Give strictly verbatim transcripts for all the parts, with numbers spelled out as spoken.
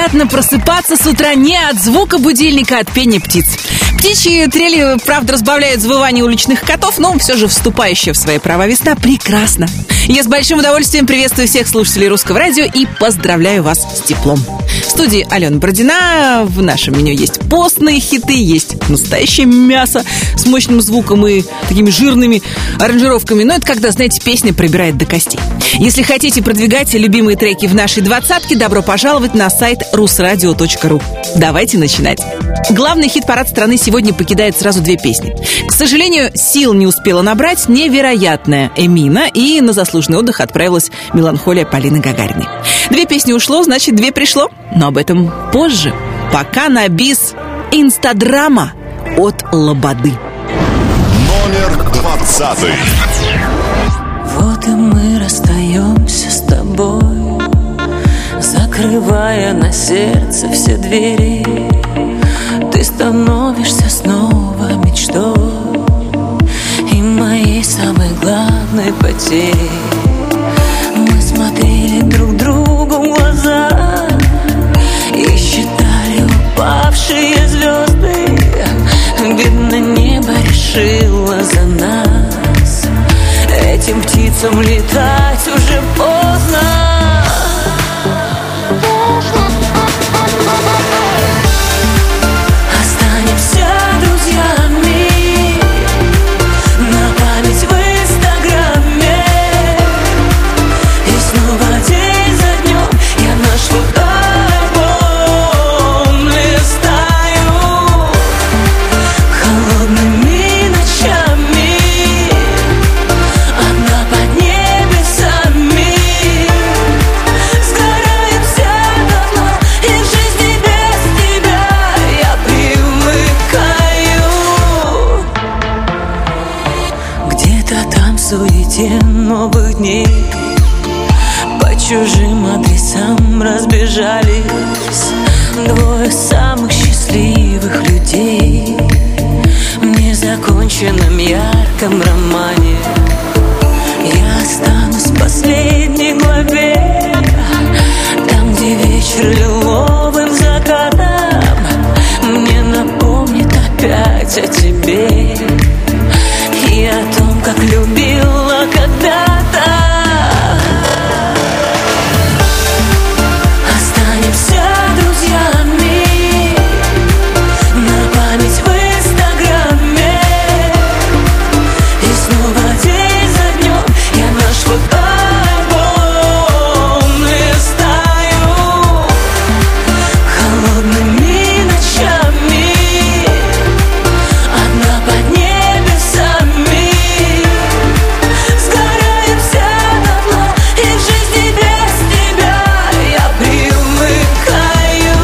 приятно просыпаться с утра не от звука будильника, а от пения птиц. Птичьи трели, правда, разбавляют завывание уличных котов, но все же вступающая в свои права весна прекрасна. Я с большим удовольствием приветствую всех слушателей Русского радио и поздравляю вас с теплом. В студии Алена Бородина. В нашем меню есть постные хиты, есть настоящее мясо с мощным звуком и такими жирными аранжировками. Но это когда, знаете, песня пробирает до костей. Если хотите продвигать любимые треки в нашей двадцатке, добро пожаловать на сайт русрадио точка ру. Давайте начинать. Главный хит-парад страны сегодня покидает сразу две песни. К сожалению, сил не успела набрать невероятная Эмина, и на заслуженный отдых отправилась «Меланхолия» Полины Гагариной. Две песни ушло, значит, две пришло. Но об этом позже. Пока на бис «Инстадрама» от Лободы. Номер двадцатый. Вот и мы расстаемся с тобой, закрывая на сердце все двери. Ты становишься снова мечтой и моей самой главной потерей. Мы смотрели друг другу в глаза и считали упавшие звезды. Видно, небо решило за нас. Этим птицам летать уже поздно. Останемся друзьями на память в Инстаграме. И снова день за днем я наш фотоальбом листаю холодными ночами. Одна под небесами. Сгораемся дотла, и в жизни без тебя я привыкаю. Где-то там в суете новых дней по чужим адресам разбежались двое самых счастливых людей в незаконченном ярком романе. Я останусь в последней главе, там, где вечер лиловым закатом мне напомнит опять о тебе и о том, как любила когда-то. Останемся друзьями на память в Инстаграме. И снова день за днем я наш фотоальбом листаю холодными ночами. Одна под небесами. Сгораемся дотла, и в жизни без тебя я привыкаю.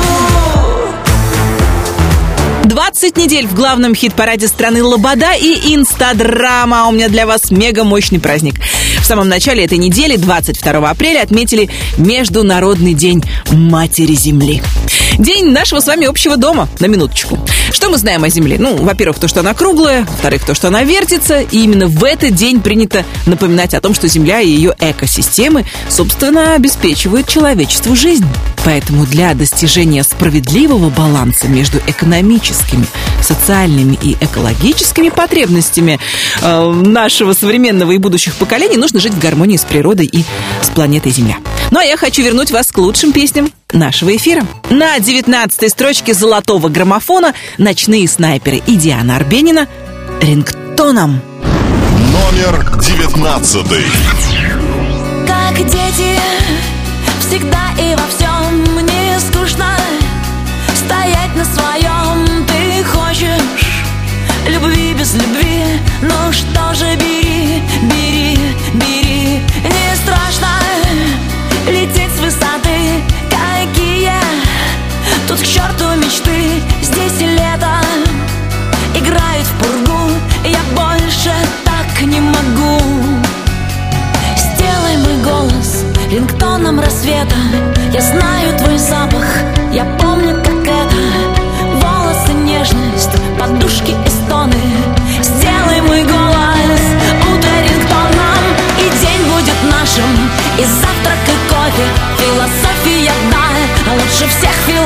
двадцать недель в главном хит-параде страны Лобода и Инстадрама. У меня для вас мега мощный праздник. В самом начале этой недели, двадцать второго апреля, отметили Международный день Матери Земли. День нашего с вами общего дома, на минуточку. Что мы знаем о Земле? Ну, во-первых, то, что она круглая, во-вторых, то, что она вертится. И именно в этот день принято напоминать о том, что Земля и ее экосистемы, собственно, обеспечивают человечеству жизнь. Поэтому для достижения справедливого баланса между экономическими, социальными и экологическими потребностями э, нашего современного и будущих поколений нужно жить в гармонии с природой и с планетой Земля. Ну а я хочу вернуть вас к лучшим песням нашего эфира. На девятнадцатой строчке золотого граммофона «Ночные снайперы» и Диана Арбенина «Рингтоном». Номер девятнадцатый. Как дети, всегда и во всем мне скучно стоять на своем. Ты хочешь любви без любви, ну что же, бери, бери, бери. Не страшно лететь с высоты, какие тут к черту мечты. Здесь лето играет в пургу, я больше так не могу. Сделай мой голос рингтоном рассвета. Я знаю твой запах, я помню, как это. Волосы, нежность, подушки и стоны. Сделай мой голос утро рингтоном, и день будет нашим, и завтрак, и кофе. Философия, да, лучше всех философия.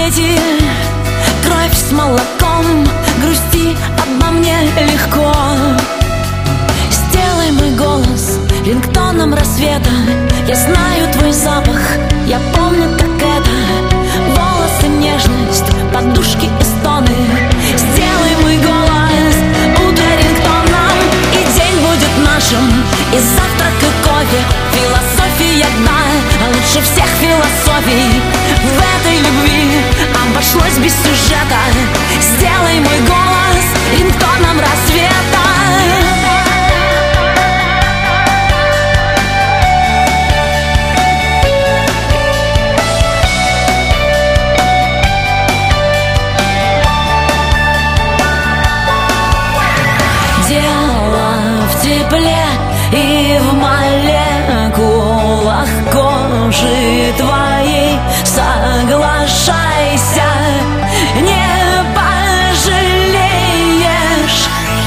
дети, кровь с молоком, грусти обо мне легко. Сделай мой голос рингтоном рассвета. Я знаю твой запах, я помню, как это. Волосы, нежность, подушки и стоны. Сделай мой голос утро рингтоном, и день будет нашим, и завтрак, и кофе. Философия одна, а лучше всех философий. В этой любви обошлось без сюжета. Сделай мой голос рингтоном рассвета. И в молекулах кожи твоей соглашайся, не пожалеешь.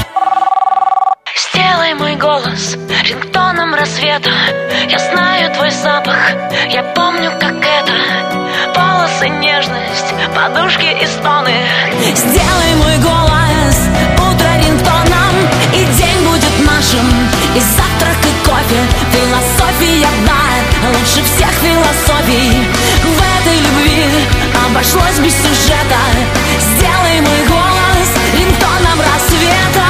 Сделай мой голос рингтоном рассвета. Я знаю твой запах, я помню, как это. Волосы, нежность, подушки и стоны. Сделай мой голос утро рингтоном, и день будет нашим, и завтрак, и кофе. Философия одна, лучше всех философий. В этой любви обошлось без сюжета. Сделай мой голос рингтоном рассвета.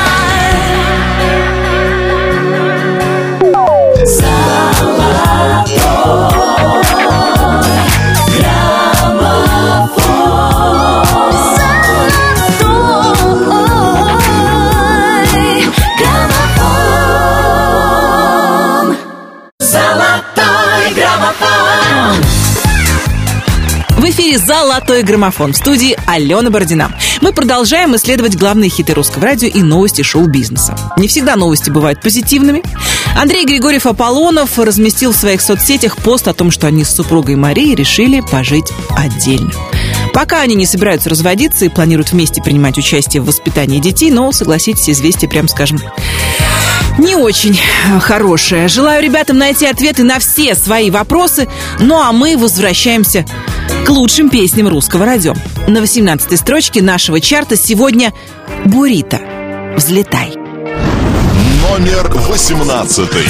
В эфире «Золотой граммофон», в студии Алена Бородина. Мы продолжаем исследовать главные хиты русского радио и новости шоу-бизнеса. Не всегда новости бывают позитивными. Андрей Григорьев-Аполлонов разместил в своих соцсетях пост о том, что они с супругой Марией решили пожить отдельно. Пока они не собираются разводиться и планируют вместе принимать участие в воспитании детей, но, согласитесь, известие, прям скажем, не очень хорошее. Желаю ребятам найти ответы на все свои вопросы. Ну а мы возвращаемся к лучшим песням русского радио. На восемнадцатой строчке нашего чарта сегодня «Бурито». Взлетай. Номер восемнадцатый.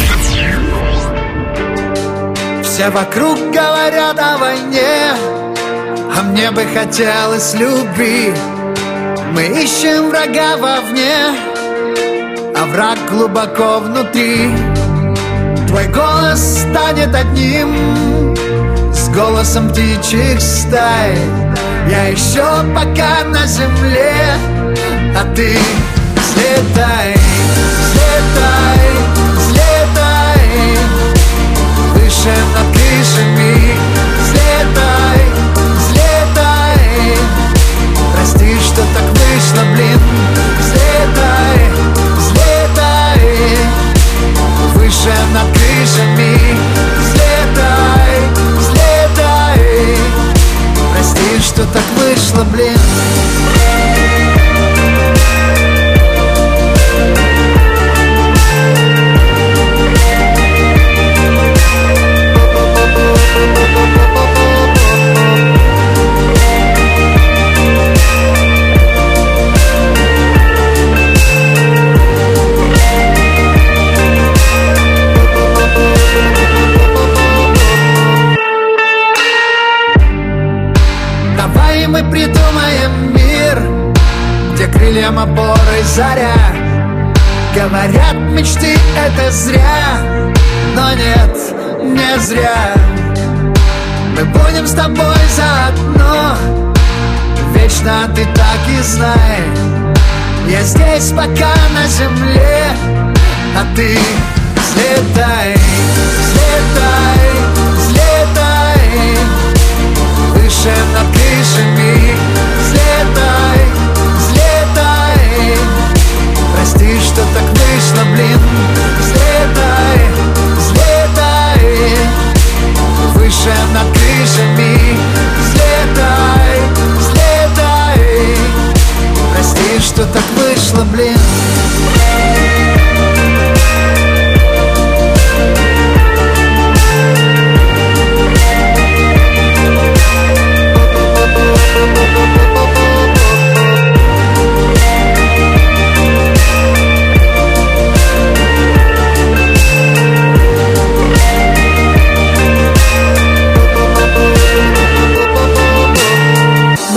Все вокруг говорят о войне, а мне бы хотелось любви. Мы ищем врага вовне, а враг глубоко внутри. Твой голос станет одним с голосом птичьих стай. Я еще пока на земле, а ты взлетай, взлетай, взлетай выше над крышами. Взлетай, взлетай, прости, что так вышло, блин. Взлетай, взлетай выше над крышами. Взлетай, взлетай, прости, что так вышло, блин. Мы придумаем мир, где крыльям опорой заря. Говорят, мечты это зря, но нет, не зря. Мы будем с тобой заодно, вечно ты так и знай. Я здесь пока на земле, а ты взлетай, взлетай, взлетай выше над крышами. Взлетай, взлетай, прости, что так вышло, блин. Взлетай, взлетай выше над крышами. Взлетай, взлетай, прости, что так вышло, блин.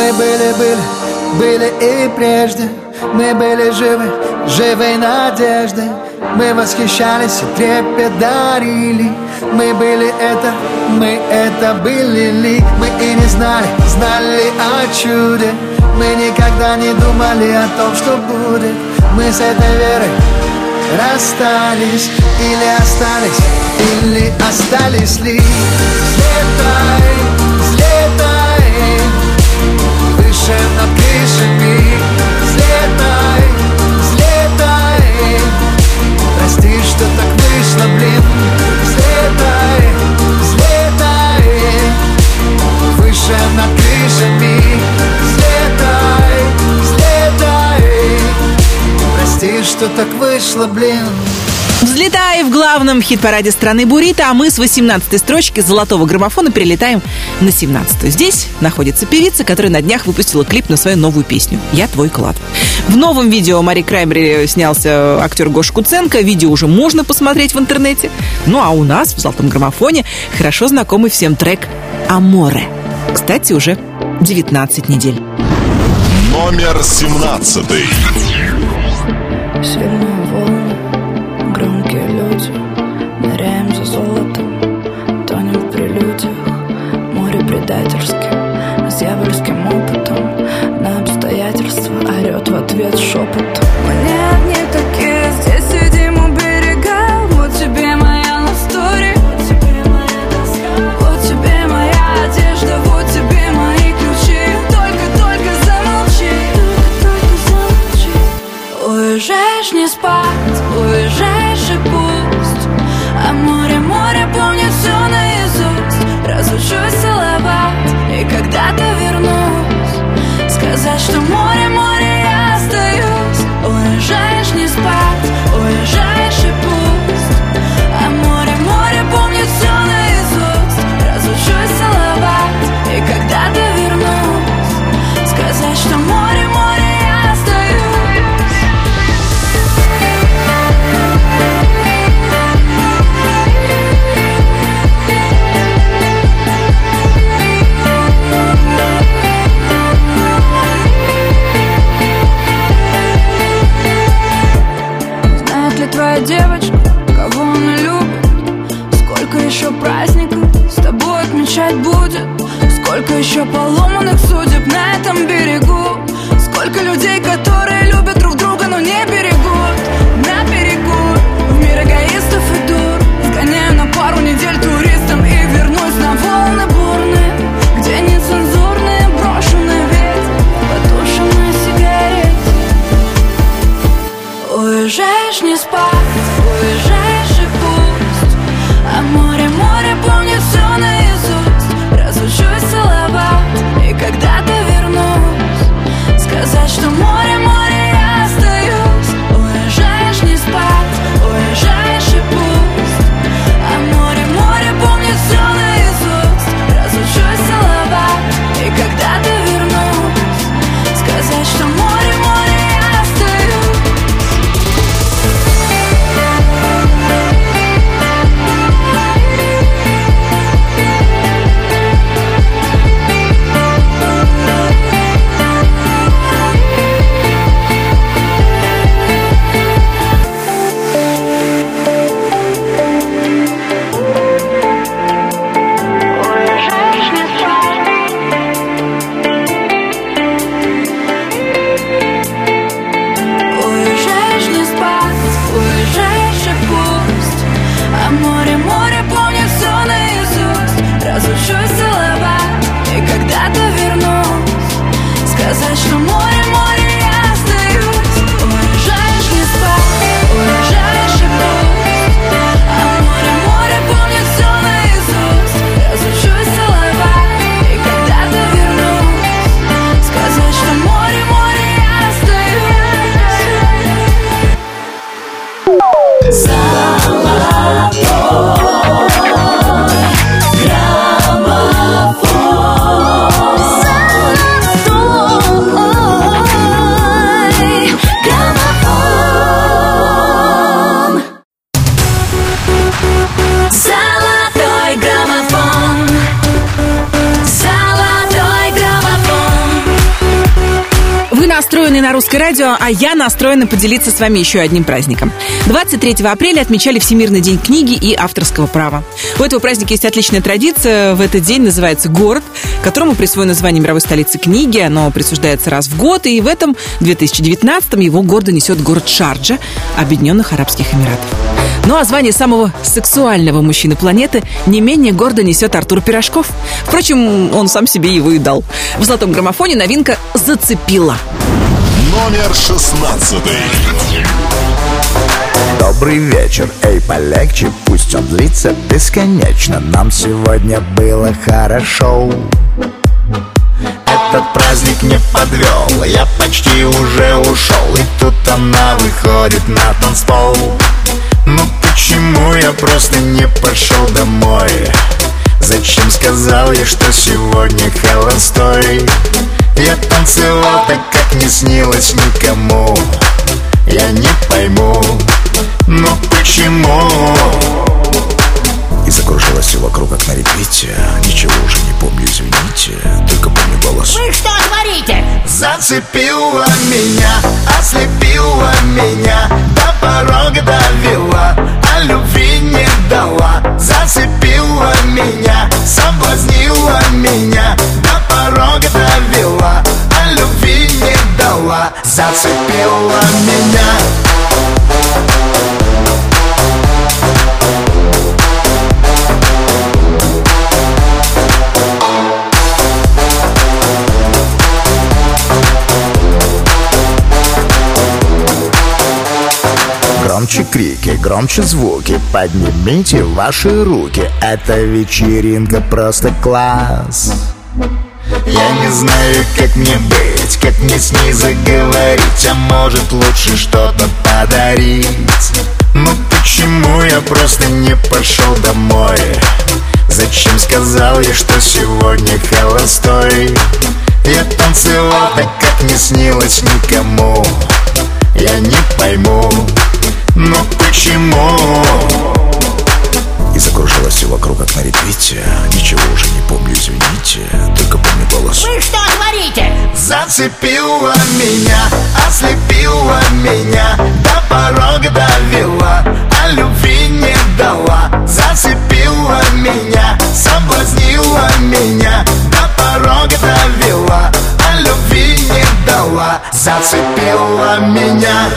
Мы были, были, были и прежде. Мы были живы, живой надежды. Мы восхищались и трепет дарили. Мы были это, мы это были ли. Мы и не знали, знали о чуде. Мы никогда не думали о том, что будет. Мы с этой верой расстались. Или остались, или остались ли. Взлетай, взлетай выше над крышами. Взлетай, взлетай. Прости, что так вышло, блин. Взлетай, взлетай выше над крышами. Взлетай, взлетай. Прости, что так вышло, блин. Взлетай в главном хит-параде страны Бурито, а мы с восемнадцатой строчки золотого граммофона перелетаем на семнадцатую. Здесь находится певица, которая на днях выпустила клип на свою новую песню «Я твой клад». В новом видео Мари Краймбрери снялся актер Гоша Куценко. Видео уже можно посмотреть в интернете. Ну а у нас в золотом граммофоне хорошо знакомый всем трек «Аморе». Кстати, уже девятнадцать недель. Номер семнадцатый. Сильные волны, громкие люди, ныряем за золотом, тонем в прелюдиях, море предательски, с дьявольским опытом, на обстоятельства орет в ответ шепот. Мы не одни такие, здесь сидим у берега, вот тебе моя лавстори, вот тебе моя одежда, вот тебе мои ключи, только-только замолчи, только-только замолчи. Уезжаешь не спать, уезжаешь и пусть, а море, море помнит все наизусть. Разучусь целовать и когда-то вернусь, сказать, что море, море, я остаюсь. Уезжаешь не спать, уезжаешь и пусть, а море, море помнит все наизусть. Разучусь целовать и когда-то вернусь, сказать, что море, море, я остаюсь. Твоя девочка, кого она любит? Сколько еще праздников с тобой отмечать будет? Сколько еще поломанных судеб на этом берегу? Сколько людей, которые любят друг друга, но не берегут? На берегу в мир эгоистов и дур сгоняю на пару недель туристом и вернусь на волны бурные, где нецензурные брошенные ведь потушенные сигареты. Уезжаешь не спать, уезжаешь и пусть, а море, море помнит все наизусть. Разучусь целовать и когда настроены на Русское радио, а я настроена поделиться с вами еще одним праздником. двадцать третьего апреля отмечали Всемирный день книги и авторского права. У этого праздника есть отличная традиция. В этот день называется город, которому присвоено звание мировой столицы книги. Оно присуждается раз в год, и в этом две тысячи девятнадцатом его гордо несет город Шарджа, Объединенных Арабских Эмиратов. Ну а звание самого сексуального мужчины планеты не менее гордо несет Артур Пирожков. Впрочем, он сам себе его и дал. В «Золотом граммофоне» новинка «Зацепила». Номер шестнадцатый. Добрый вечер, эй, полегче, пусть он длится бесконечно. Нам сегодня было хорошо. Этот праздник не подвел, я почти уже ушел. И тут она выходит на танцпол. Ну почему я просто не пошел домой? Зачем сказал я, что сегодня холостой? Я танцевал так, как не снилось никому. Я не пойму, ну почему? И закружилось все вокруг, как на репите. Ничего уже не помню, извините. Только помню голос. Вы что творите? Зацепила меня, ослепила меня, до порога довела, а любви не дала. Зацепила меня, соблазнила меня, до порога довела, а любви не дала. Зацепила меня. Громче крики, громче звуки, поднимите ваши руки. Эта вечеринка просто класс. Я не знаю, как мне быть, как мне с ней заговорить. А может лучше что-то подарить. Ну почему я просто не пошел домой? Зачем сказал я, что сегодня холостой? Я танцевал так, как не снилось никому. Я не пойму, ну почему? И закружилось все вокруг, как на репите. Ничего уже не помню, извините. Только помню голос. Вы что творите? Зацепила меня, ослепила меня, до порога довела, а любви не дала. Зацепила меня, соблазнила меня, до порога довела, а любви не дала. Зацепила меня.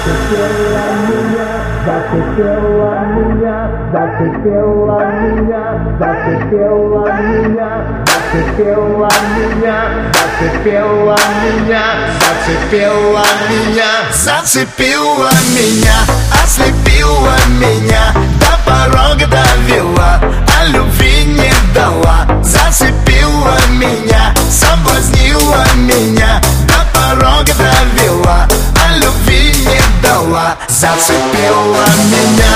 Зацепила меня, зацепила меня, зацепила меня, зацепила меня, зацепила меня, зацепила меня, зацепила меня, ослепила меня, до порога довела, а любви не дала. Зацепила меня, соблазнила меня, до порога довела, а любви не дала. Зацепила меня.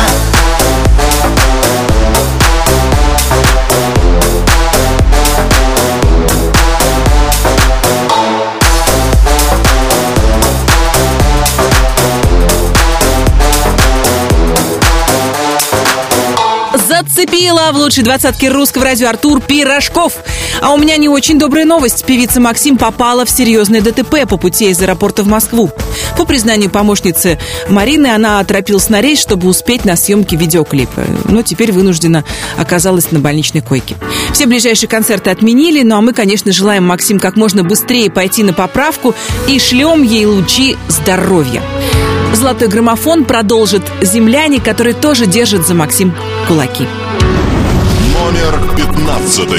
Зацепила в лучшей двадцатке русского радио Артур Пирожков. А у меня не очень добрая новость. Певица Максим попала в серьезное ДТП по пути из аэропорта в Москву. По признанию помощницы Марины, она торопилась на рейс, чтобы успеть на съемки видеоклипа. Но теперь вынуждена оказалась на больничной койке. Все ближайшие концерты отменили, ну а мы, конечно, желаем Максим как можно быстрее пойти на поправку и шлем ей лучи здоровья. «Золотой граммофон» продолжит земляне, которые тоже держат за Максим кулаки. Номер пятнадцатый.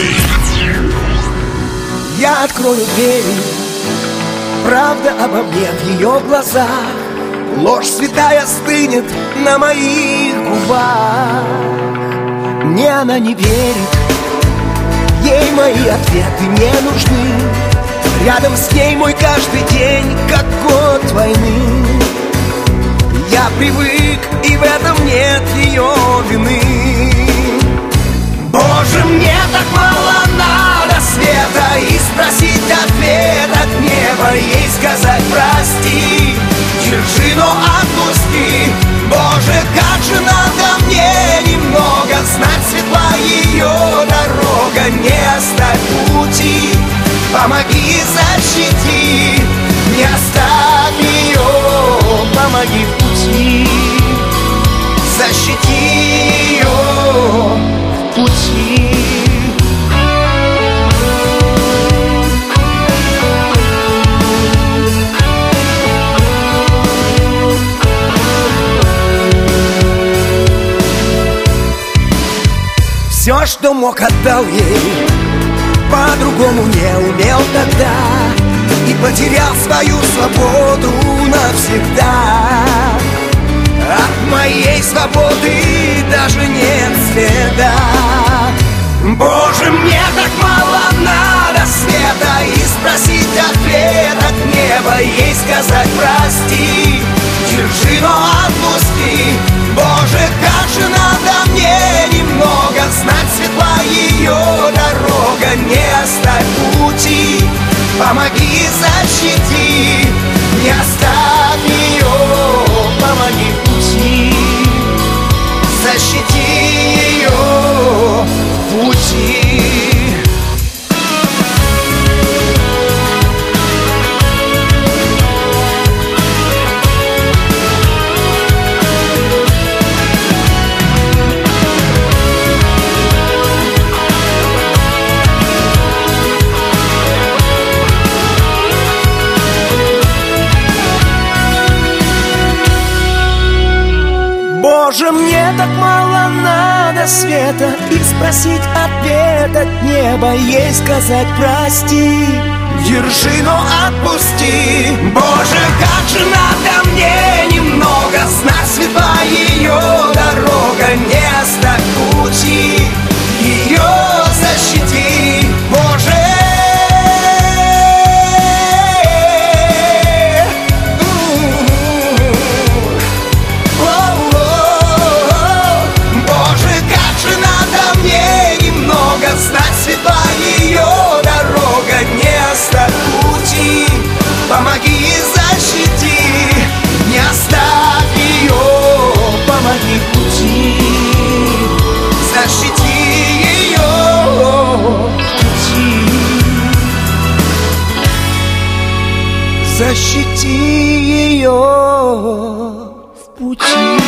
Я открою двери, правда обо мне в ее глазах. Ложь святая стынет на моих губах. Мне она не верит, ей мои ответы не нужны. Рядом с ней мой каждый день, как год войны. Я привык, и в этом нет ее вины. Боже, мне так мало надо света, и спросить ответ от неба, ей сказать прости. Держи, но отпусти. Боже, как же надо мне немного знать, светла ее дорога. Не оставь пути, помоги, защити. Не оставь ее, помоги в пути, защити ее в пути. Все, что мог, отдал ей, по-другому не умел тогда, и потерял свою свободу навсегда. От моей свободы даже нет следа. Боже, мне так мало надо света, и спросить ответ от неба, ей сказать прости, держи, но отпусти. Боже, как же надо мне немного знать, светла ее дорога, не оставь пути, помоги, защити, не оставь ее, помоги в пути, защити ее в пути. Боже, мне так мало надо света, и спросить ответ от неба, ей сказать прости, держи, но отпусти. Боже, как же надо мне немного знать, светла ее дорога, не оставь пути, ее защити. Боже, знать, светла ее дорога, не оставь пути, помоги, защити, не оставь ее, помоги в пути, защити ее в пути, защити ее в пути.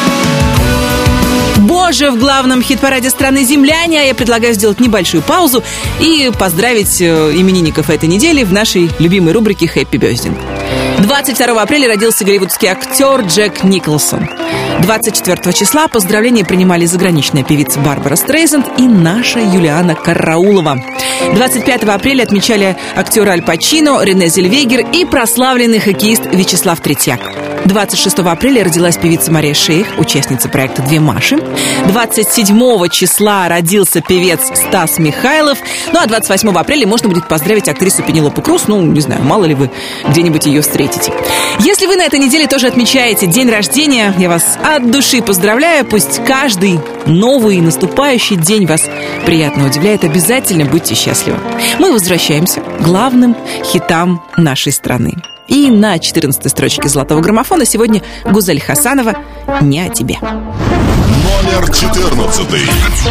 Боже, в главном хит-параде страны «Земляне». А я предлагаю сделать небольшую паузу и поздравить именинников этой недели в нашей любимой рубрике «Хэппи Бёздинг». двадцать второго апреля родился голливудский актер Джек Николсон. двадцать четвёртого числа поздравления принимали заграничная певица Барбара Стрейзанд и наша Юлиана Караулова. двадцать пятого апреля отмечали актеры Аль Пачино, Рене Зельвегер и прославленный хоккеист Вячеслав Третьяк. двадцать шестого апреля родилась певица Мария Шейх, участница проекта «Две Маши». двадцать седьмого числа родился певец Стас Михайлов. Ну а двадцать восьмого апреля можно будет поздравить актрису Пенелопу Круз. Ну, не знаю, мало ли вы где-нибудь ее встретите. Если вы на этой неделе тоже отмечаете день рождения, я вас от души поздравляю. Пусть каждый новый и наступающий день вас приятно удивляет. Обязательно будьте счастливы. Мы возвращаемся к главным хитам нашей страны. И на четырнадцатой строчке «Золотого граммофона» сегодня Гузель Хасанова «Не о тебе». Номер четырнадцатый.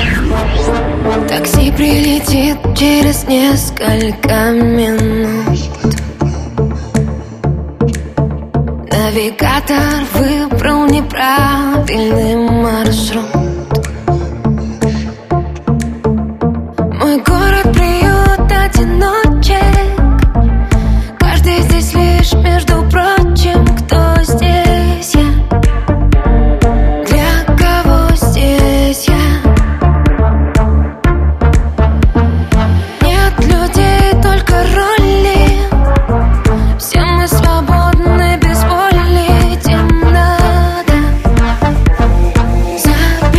Такси прилетит через несколько минут. Навигатор выбрал неправильный маршрут. Мой город-приют одиночек. Каждый здесь лишь между прочим, кто здесь я. Для кого здесь я? Нет людей, только роли. Все мы свободны, без воли. Темнота.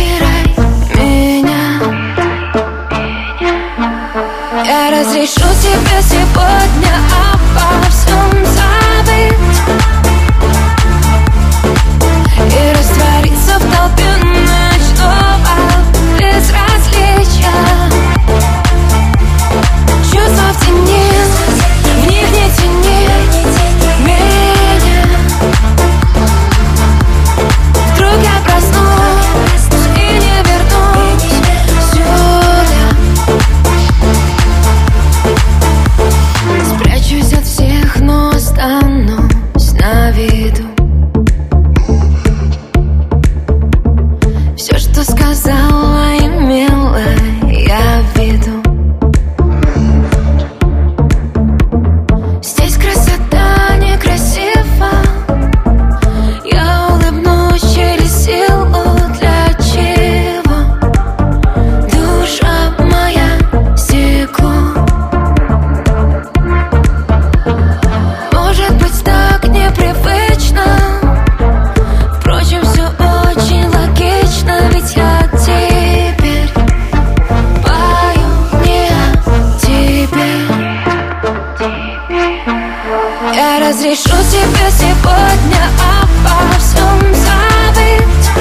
Я разрешу тебе сегодня обо всем забыть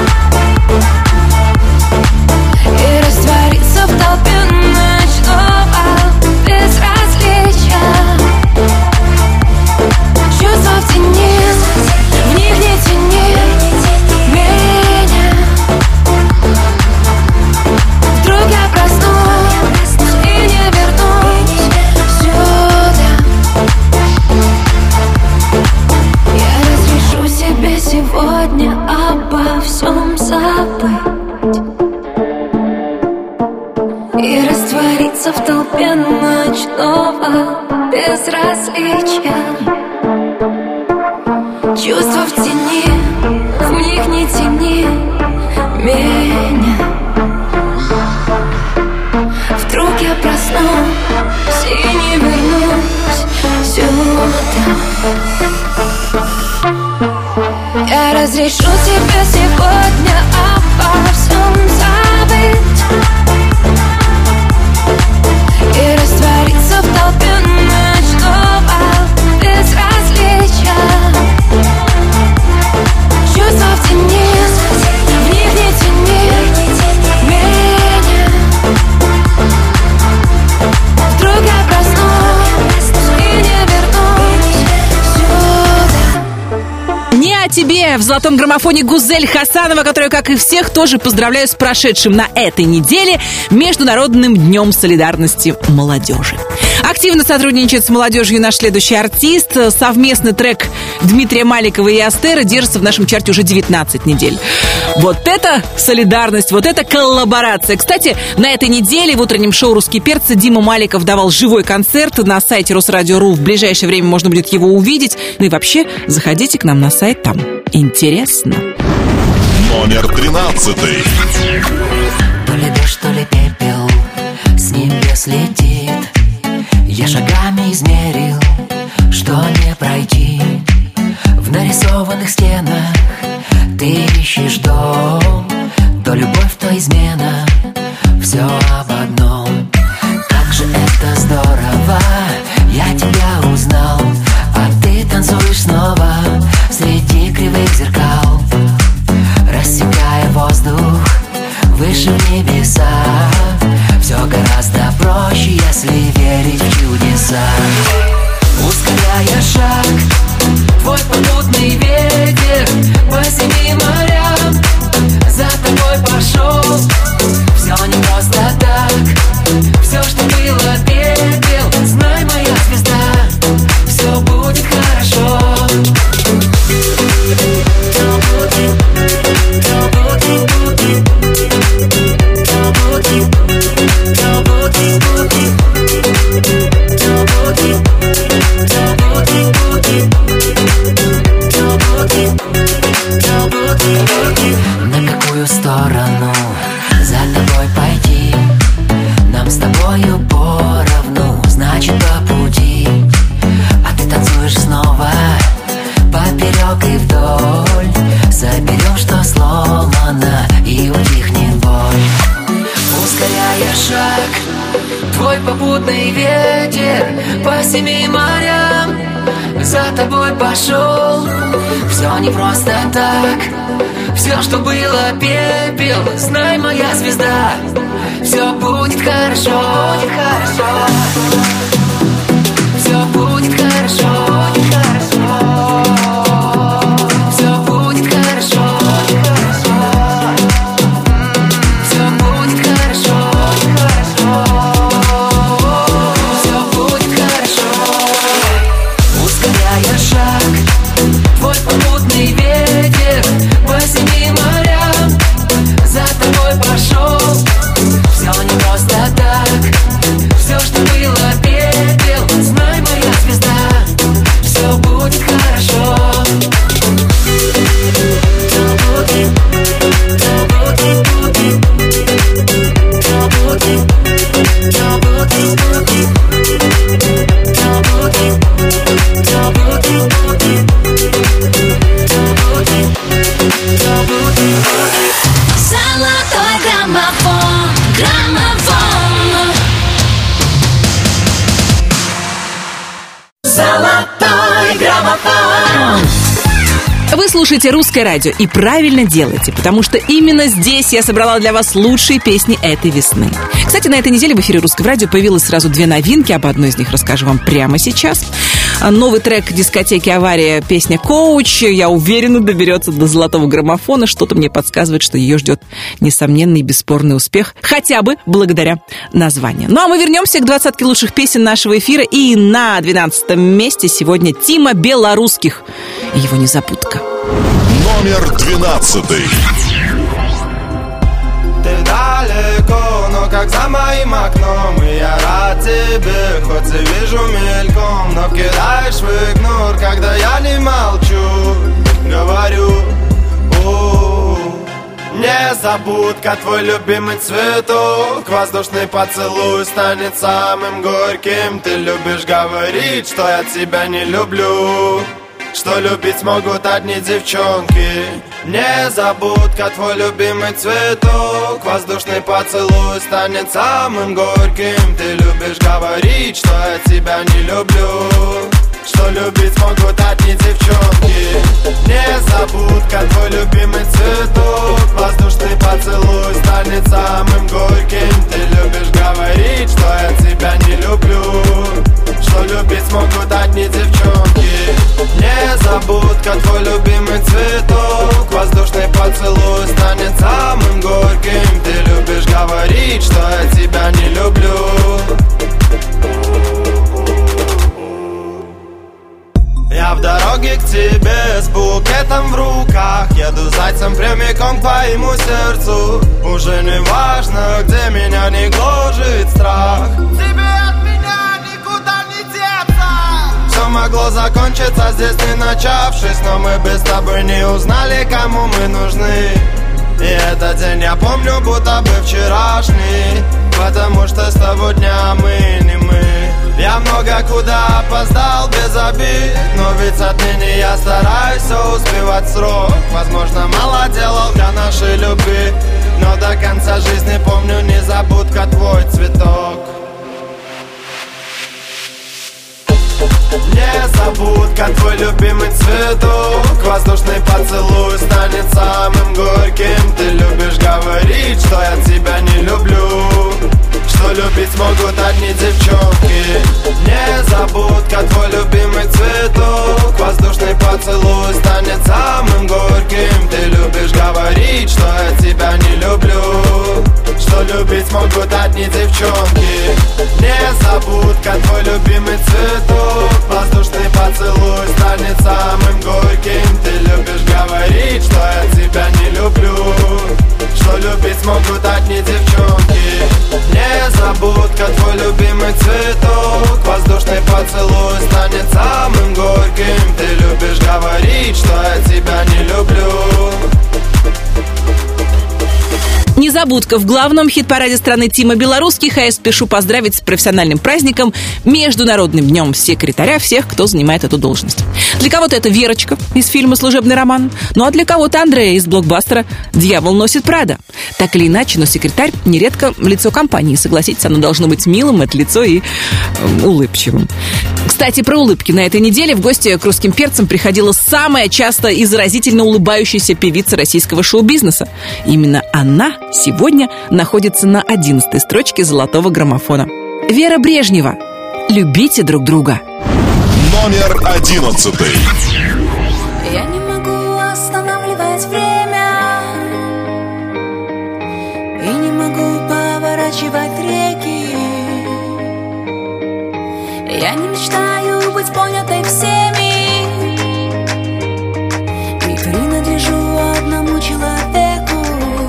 и раствориться в толпе ночного безразличия. Чувства в тени, в них не тяни меня. Вдруг я проснусь и не вернусь сюда. Я разрешу себе сегодня обо всем забыть и раствориться в толпе ночного безразличия. Чувства в тени, в них не тяни меня. Вдруг я проснусь и не вернусь сюда. Я разрешу тебе сегодня обо всем забыть и раствориться в толпе ночного безразличия. Чувства в тени, в них не тяни меня. Вдруг я проснусь и не вернусь сюда. Не о тебе в золотом граммофоне Гузель Хасанова, которую, как и всех, тоже поздравляю с прошедшим на этой неделе Международным днем солидарности молодежи. Активно сотрудничает с молодежью наш следующий артист. Совместный трек Дмитрия Маликова и Астера держится в нашем чарте уже девятнадцать недель. Вот это солидарность, вот это коллаборация. Кстати, на этой неделе в утреннем шоу «Русские перцы» Дима Маликов давал живой концерт на сайте Росрадио точка ру. В ближайшее время можно будет его увидеть. Ну и вообще, заходите к нам на сайт, там интересно. Номер тринадцатый. То ли дождь, то ли пепел с небес летит. Я шагами измерил, что не пройти. В нарисованных стенах ты ищешь дом. То любовь, то измена, все об одном. Как же это здорово, я тебя узнал. А ты танцуешь снова среди кривых зеркал, рассекая воздух выше в небеса. Все гораздо проще, если верить в чудеса. Ускоряя шаг, твой попутный ветер по семи морям за тобой пошел. Все не просто так, все, что было пепел. Знай, моя звезда, все будет хорошо. На какую сторону за тобой пойти? Нам с тобою поровну, значит по пути. А ты танцуешь снова поперек и вдоль. Соберем, что сломано, и утихнет боль. Ускоряя шаг, твой попутный ветер по семи морям за тобой пошел. Все не просто так, все, что было пепел. Знай, моя звезда, все будет хорошо, будет хорошо. Все будет хорошо, будет хорошо. Все будет хорошо, будет хорошо. Все будет хорошо, будет хорошо. Все будет хорошо. Ускоряя шаг, твой попутный ветер по семи морям за тобой пошел. Все не просто так, все, что было пепел. Знай, моя звезда, граммофон. Вы слушаете «Русское радио» и правильно делаете, потому что именно здесь я собрала для вас лучшие песни этой весны. Кстати, на этой неделе в эфире «Русского радио» появилось сразу две новинки, об одной из них расскажу вам прямо сейчас. Новый трек дискотеки «Авария», песня «Коуч», я уверена, доберется до золотого граммофона. Что-то мне подсказывает, что ее ждет несомненный и бесспорный успех, хотя бы благодаря названию. Ну а мы вернемся к двадцатке лучших песен нашего эфира. И на двенадцатом месте сегодня Тима Белорусских. Его незабудка. Номер двенадцатый. Ты далеко, но как за моим окном. И я рад тебе, хоть и вижу мельком. Но кидаешь в игнор, когда я не молчу. Говорю, у-у-у. Незабудка, твой любимый цветок. Воздушный поцелуй станет самым горьким. Ты любишь говорить, что я тебя не люблю, что любить могут одни девчонки. Незабудка, твой любимый цветок. Воздушный поцелуй станет самым горьким. Ты любишь говорить, что я тебя не люблю, что любить могут одни девчонки. Незабудка, твой любимый цветок. Воздушный поцелуй станет самым горьким. Ты любишь говорить, что я тебя не люблю, что любить могут одни девчонки. Незабудка, твой любимый цветок. Воздушный поцелуй станет самым горьким. Ты любишь говорить, что я тебя не люблю. Я в дороге к тебе с букетом в руках. Еду зайцем прямиком к твоему сердцу. Уже не важно, где меня не гложет страх. Тебе от меня никуда не деться. Все могло закончиться здесь не начавшись, но мы без тобой не узнали, кому мы нужны. И этот день я помню, будто бы вчерашний, потому что с того дня мы не мы. Я много куда опоздал без обид, но ведь отныне я стараюсь все успевать срок. Возможно, мало делал для нашей любви, но до конца жизни помню незабудка твой цветок. Незабудка, твой любимый цветок. Воздушный поцелуй станет самым горьким. Ты любишь говорить, что я тебя не люблю, что любить могут одни девчонки. Незабудка, твой любимый цветок. Воздушный поцелуй станет самым горьким. Ты любишь говорить, что я тебя не люблю, что любить могут одни девчонки. Незабудка, твой любимый цветок. Воздушный поцелуй станет самым горьким. Ты любишь говорить, что я тебя не люблю, что любить могут одни девчонки. Незабудка, твой любимый цветок. Воздушный поцелуй станет самым горьким. Ты любишь говорить, что я тебя не люблю. Незабудка в главном хит-параде страны Тима Белорусских, а я спешу поздравить с профессиональным праздником, Международным днем секретаря, всех, кто занимает эту должность. Для кого-то это Верочка из фильма «Служебный роман», ну а для кого-то Андрея из блокбастера «Дьявол носит Прада». Так или иначе, но секретарь нередко лицо компании, согласитесь, оно должно быть милым, это лицо и э, улыбчивым. Кстати, про улыбки. На этой неделе в гости к русским перцам приходила самая часто и заразительно улыбающаяся певица российского шоу-бизнеса. Именно она сегодня находится на одиннадцатой строчке золотого граммофона. Вера Брежнева. Любите друг друга. Номер одиннадцатый. Я не могу останавливать время и не могу поворачивать реки. Я не мечтаю быть понятой всеми и принадлежу одному человеку.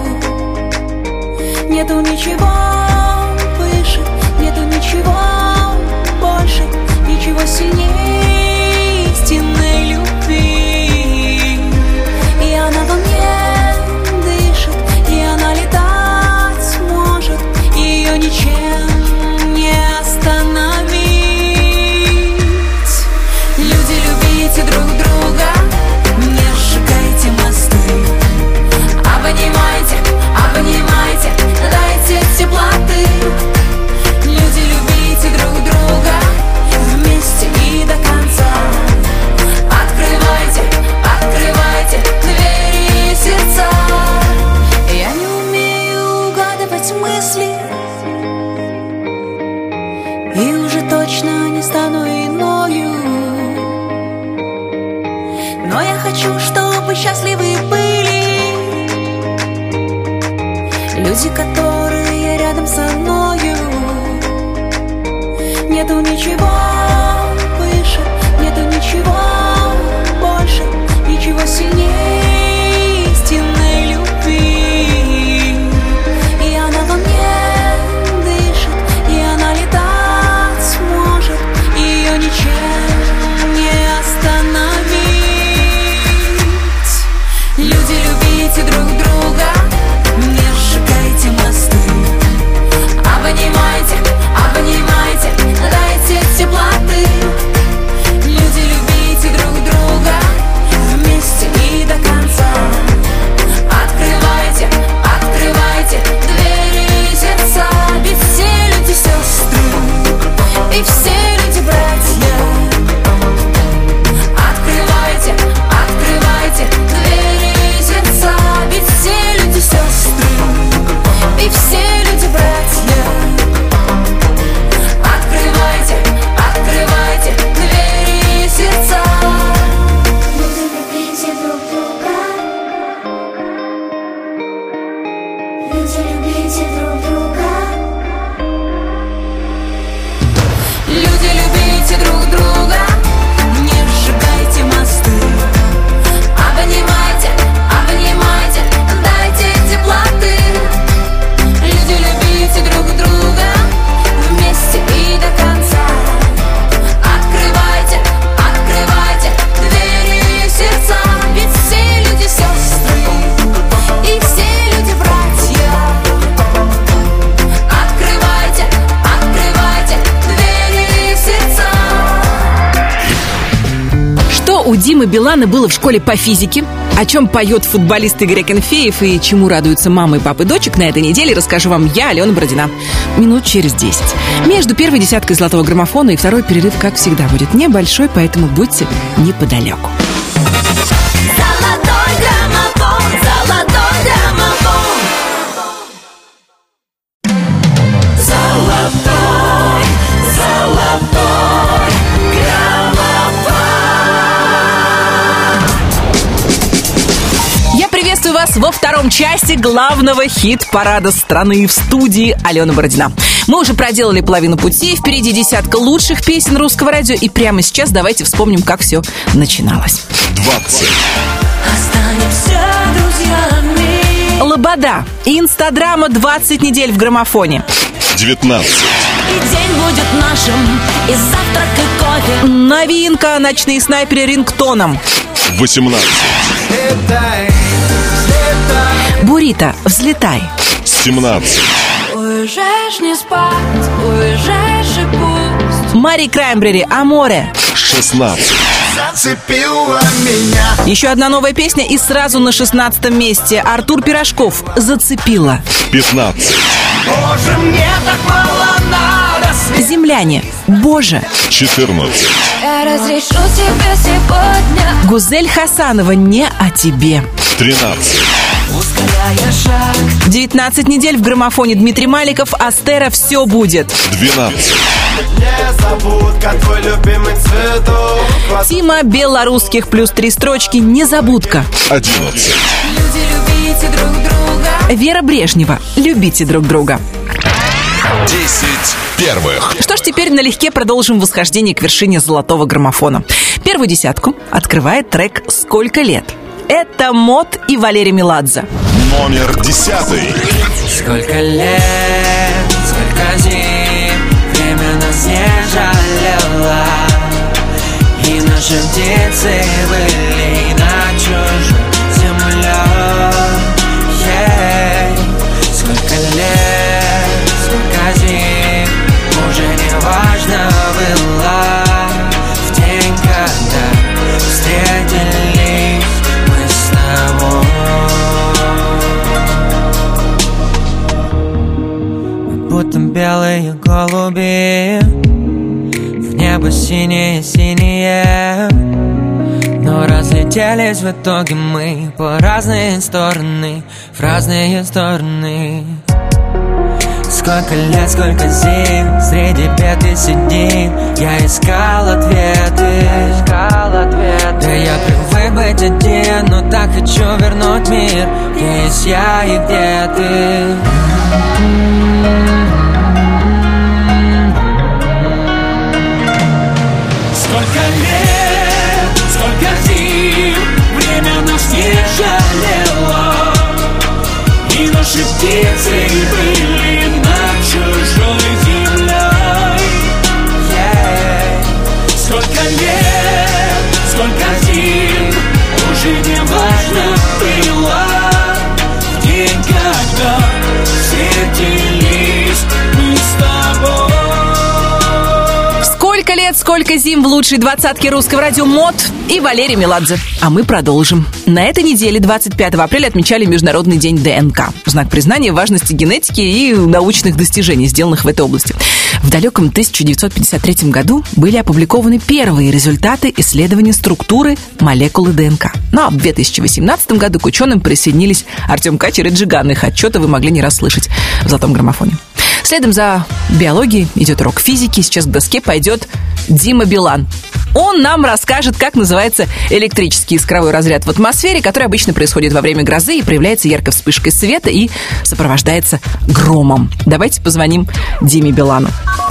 Нету ничего выше, нету ничего больше, ничего сильнее истинной любви. И она во мне дышит, и она летать может, ее ничем не остановить. Люди, любите друг друга, не сжигайте мосты. Обнимайте, обнимайте, дайте тепла. хочу, чтобы счастливы были люди, которые рядом со мною. Нету ничего выше, нету ничего больше, ничего сильнее истинной любви. И она во мне дышит, и она летать сможет, ее ничем не остановить. Люди, любите друг друга, не сжигайте мосты. Обнимайте, обнимайте, дайте теплоты. Люди, любите друг друга вместе и до конца. Открывайте, открывайте двери и сердца. Ведь все люди сестры, и все люди братья. Открывайте, открывайте двери и сердца. Ведь все люди сестры, и все люди братья. Открывайте, открывайте двери и сердца. Люди, любите друг друга. Люди, любите друг друга. Люди, любите друг друга. Не сжигайте мосты. Обнимайте, обнимайте, дайте теплоты. Люди, любите друг друга вместе и до конца. Открывайте, открывайте двери и сердца. Ведь все люди сестры, и все люди братья. Открывайте, открывайте двери и сердца. Что у Димы Билана было в школе по физике? О чем поет футболист Игорь Акинфеев и чему радуются мамы и папы дочек на этой неделе, расскажу вам я, Алена Бородина. Минут через десять. Между первой десяткой золотого граммофона и второй перерыв, как всегда, будет небольшой, поэтому будьте неподалеку. Золотой граммофон, золотой граммофон. Золотой, золотой граммофон. Я приветствую вас во втором части главного хит-парада страны. В студии Алена Бородина. Мы уже проделали половину пути, впереди десятка лучших песен русского радио, и прямо сейчас давайте вспомним, как все начиналось. двадцать. Останемся друзьями. Лобода. Инстадрама двадцать недель в граммофоне. девятнадцать. И день будет нашим, и завтрак, и кофе. Новинка. Ночные снайперы рингтоном. восемнадцать. Бурито. Взлетай. семнадцать. Уезжаешь не спать, уезжаешь и пусть. Мари Краймбрери. Аморе. шестнадцать. Зацепила меня. Еще одна новая песня и сразу на шестнадцатом месте. Артур Пирожков. Зацепила. пятнадцать. Боже, мне так мало надо. Земляне. Боже. четырнадцать. Я разрешу тебе сегодня. Гузель Хасанова. Не о тебе. тринадцать. Ускоряя шаг. девятнадцать недель в граммофоне. Дмитрий Маликов. Астера. Все будет. двенадцать. Незабудка, твой любимый цветок. Тима Белорусских. Плюс три строчки. Незабудка. одиннадцать. Люди, любите друг друга. Вера Брежнева. Любите друг друга. десять первых. Что ж, теперь налегке продолжим восхождение к вершине золотого граммофона. Первую десятку открывает трек «Сколько лет». Это Мот и Валерий Меладзе. Номер десятый. Сколько лет, сколько зим, время нас не жалело, и наши птицы были на чужой земле. Yeah. Сколько лет, сколько зим, уже не важно было в день, когда встретились мы с тобой. Будто белые голуби, в небо синее-синее, но разлетелись в итоге мы по разные стороны, в разные стороны. Сколько лет, сколько зим, среди бед и седин я искал ответы, искал ответы. Да я привык быть один. хочу вернуть мир, где есть я и где ты. Сколько лет, сколько зим, время нас не жалело, и наши птицы были над чужой землей. Yeah. Сколько лет, сколько зим, уже не важно было, в день, когда встретились мы с тобой. Сколько лет, сколько зим в лучшей двадцатке русского радио МОД и Валерий Меладзе. А мы продолжим. На этой неделе, двадцать пятого апреля, отмечали Международный день ДНК. В знак признания важности генетики и научных достижений, сделанных в этой области. В далеком тысяча девятьсот пятьдесят третьем году были опубликованы первые результаты исследования структуры молекулы ДНК. Ну а в две тысячи восемнадцатом году к ученым присоединились Артем Качер и Джиган. Их отчеты вы могли не раз слышать в «Золотом граммофоне». Следом за биологией идет урок физики. Сейчас к доске пойдет Дима Билан. Он нам расскажет, как называется электрический искровой разряд в атмосфере, который обычно происходит во время грозы и проявляется яркой вспышкой света и сопровождается громом. Давайте позвоним Диме Билану.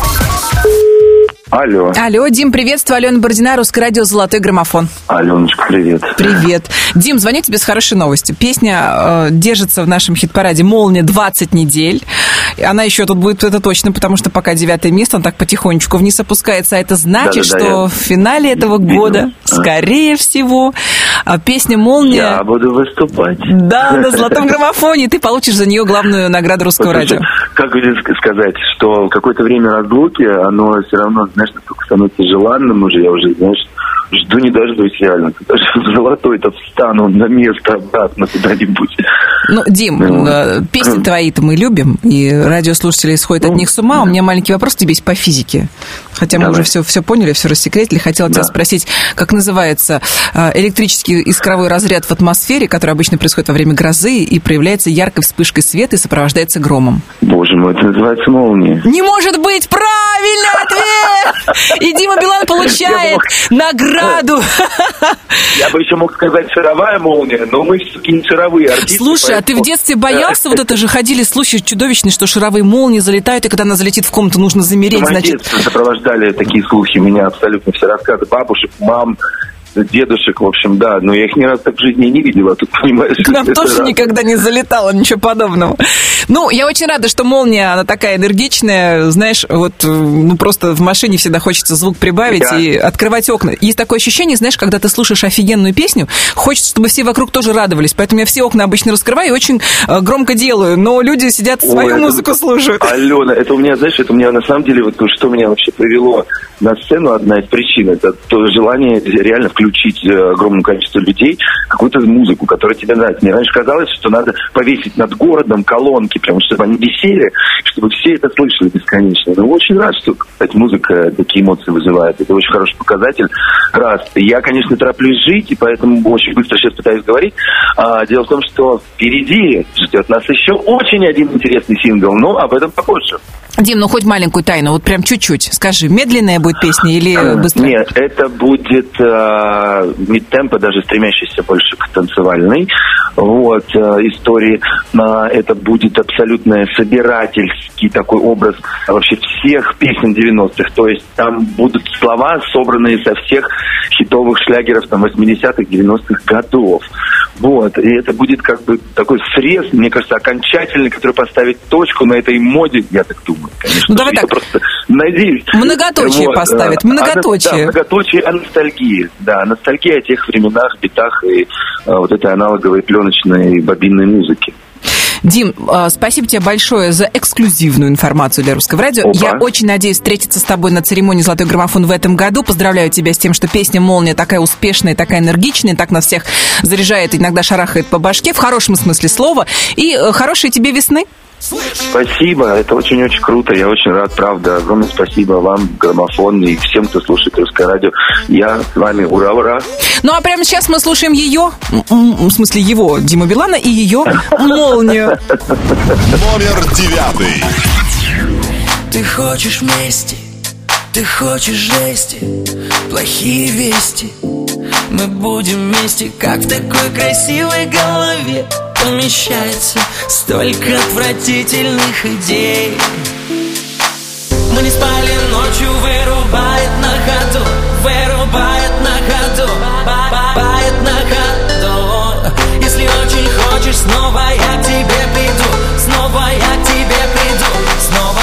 Алло. Алло, Дим, приветствую. Алена Бородина, Русское радио «Золотой граммофон». Аленочка, привет. Привет. Дим, звоню тебе с хорошей новостью. Песня э, держится в нашем хит-параде «Молния» двадцать недель. Она еще тут будет, это точно, потому что пока девятое место, он так потихонечку вниз опускается. А это значит, да, да, что я... в финале этого года, а. скорее всего, песня «Молния». Я буду выступать. Да, на «Золотом граммофоне». Ты получишь за нее главную награду Русского радио. Как сказать, что какое-то время разлуки, оно все равно, знаешь, насколько становится желанным уже, я уже, знаешь, жду не дождусь реально. Даже в золотой-то встану на место обратно куда-нибудь. Ну, Дим, ну, песни твои-то мы любим, и радиослушатели сходят ну, от них с ума. У меня маленький вопрос тебе есть по физике. Хотя Давай. мы уже все, все поняли, все рассекретили. Хотела да. тебя спросить, как называется электрический искровой разряд в атмосфере, который обычно происходит во время грозы и проявляется яркой вспышкой света и сопровождается громом. Боже мой, это называется молния. Не может быть! Правильный ответ! И Дима Билан получает награду. Я бы еще мог сказать шаровая молния, но мы все-таки не шаровые артисты. Слушай, а ты в детстве боялся? Вот это же ходили слухи чудовищные, что шаровые молнии залетают, и когда она залетит в комнату, нужно замереть, значит... Сопровождали такие слухи меня абсолютно все рассказы бабушек, мам, дедушек, в общем, да, но я их ни разу так в жизни не видела, тут, понимаешь... К нам тоже раз. никогда не залетало, ничего подобного. Ну, я очень рада, что молния, она такая энергичная, знаешь, вот, ну, просто в машине всегда хочется звук прибавить да. и открывать окна. Есть такое ощущение, знаешь, когда ты слушаешь офигенную песню, хочется, чтобы все вокруг тоже радовались, поэтому я все окна обычно раскрываю и очень громко делаю, но люди сидят, свою Ой, музыку это... слушают. Алена, это у меня, знаешь, это у меня на самом деле, вот что меня вообще привело на сцену, одна из причин, это то желание реально включить огромному количеству людей какую-то музыку, которая тебе нравится. Мне раньше казалось, что надо повесить над городом колонки, прямо чтобы они висели, чтобы все это слышали бесконечно. Но очень рад, что, кстати, музыка такие эмоции вызывает. Это очень хороший показатель. Раз. Я, конечно, тороплюсь жить, и поэтому очень быстро сейчас пытаюсь говорить. А, дело в том, что впереди ждет нас еще очень один интересный сингл, но об этом попозже. Дим, ну хоть маленькую тайну, вот прям чуть-чуть. Скажи, медленная будет песня или быстрая? Нет, это будет э, мид-темпо, даже стремящийся больше к танцевальной вот, э, истории. Э, это будет абсолютно собирательский такой образ вообще всех песен девяностых. То есть там будут слова, собранные со всех хитовых шлягеров там, восьмидесятых, девяностых годов. Вот, и это будет как бы такой срез, мне кажется, окончательный, который поставит точку на этой моде, я так думаю, конечно. Ну, давай я так. просто надеюсь. Многоточие вот. поставит, многоточие. А, да, многоточие о ностальгии, да, ностальгия о тех временах, битах и а, вот этой аналоговой пленочной бобинной музыки. Дим, спасибо тебе большое за эксклюзивную информацию для Русского радио. Опа. Я очень надеюсь встретиться с тобой на церемонии «Золотой граммофон» в этом году. Поздравляю тебя с тем, что песня «Молния» такая успешная, такая энергичная, так нас всех заряжает, иногда шарахает по башке, в хорошем смысле слова. И хорошей тебе весны. Спасибо, это очень-очень круто, я очень рад, правда. Огромное спасибо вам, граммофон, и всем, кто слушает Русское радио. Я с вами, ура-ура. Ну, а прямо сейчас мы слушаем ее, в смысле его, Диму Билана, и ее «Молнию». Номер девятый. Ты хочешь мести, ты хочешь жести, плохие вести, мы будем вместе, как в такой красивой голове помещается столько отвратительных идей. Мы не спали ночью, вырубает на ходу, вырубает на ходу, бает на ходу. Если очень хочешь, снова я к тебе приду, снова я к тебе приду, снова.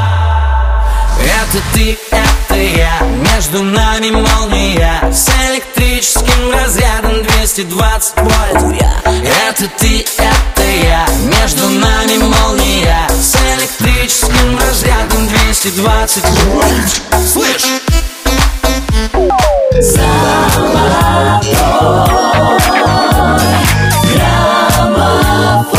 Это ты, это я, между нами молния с электрическим разрядом двести двадцать вольт. Это ты, это я, между нами молния с электрическим разрядом двести двадцать вольт. Слышь! Золотой граммофон.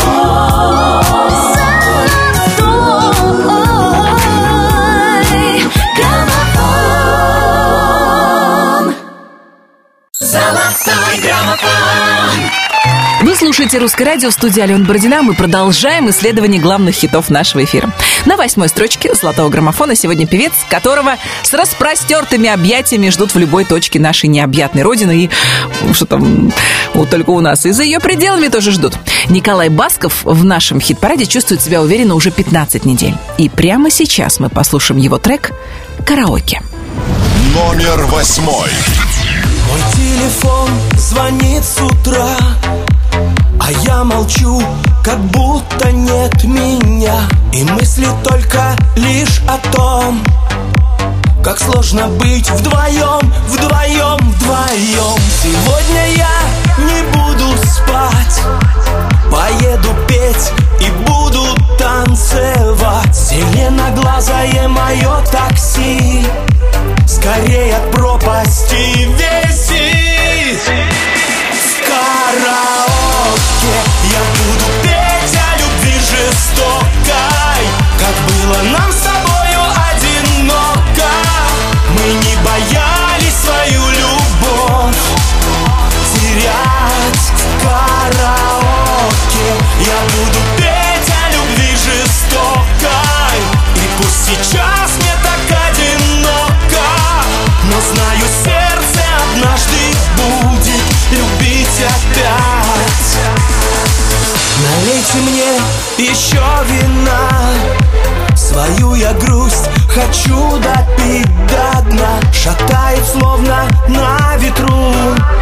Золотой граммофон. Вы слушаете «Русское радио», в студии Алена Бородина. Мы продолжаем исследование главных хитов нашего эфира. На восьмой строчке «Золотого граммофона» сегодня певец, которого с распростертыми объятиями ждут в любой точке нашей необъятной родины. И что там, вот только у нас, и за ее пределами тоже ждут. Николай Басков в нашем хит-параде чувствует себя уверенно уже пятнадцать недель. И прямо сейчас мы послушаем его трек «Караоке». Номер восьмой. Мой телефон звонит с утра, а я молчу, как будто нет меня. И мысли только лишь о том, как сложно быть вдвоем, вдвоем, вдвоем. Сегодня я не буду спать, поеду петь и буду танцевать. Зеленоглазое мое такси скорее от пропасти весит. В караоке я буду петь о любви жестокой, как было нам с тобою одиноко. Мы не боялись свою любовь терять. В караоке я буду петь о любви жестокой, и пусть сейчас мне так одиноко, но знаю, сердце однажды будет любить опять. Налейте мне еще вина, свою я грусть хочу допить до дна. Шатает словно на ветру,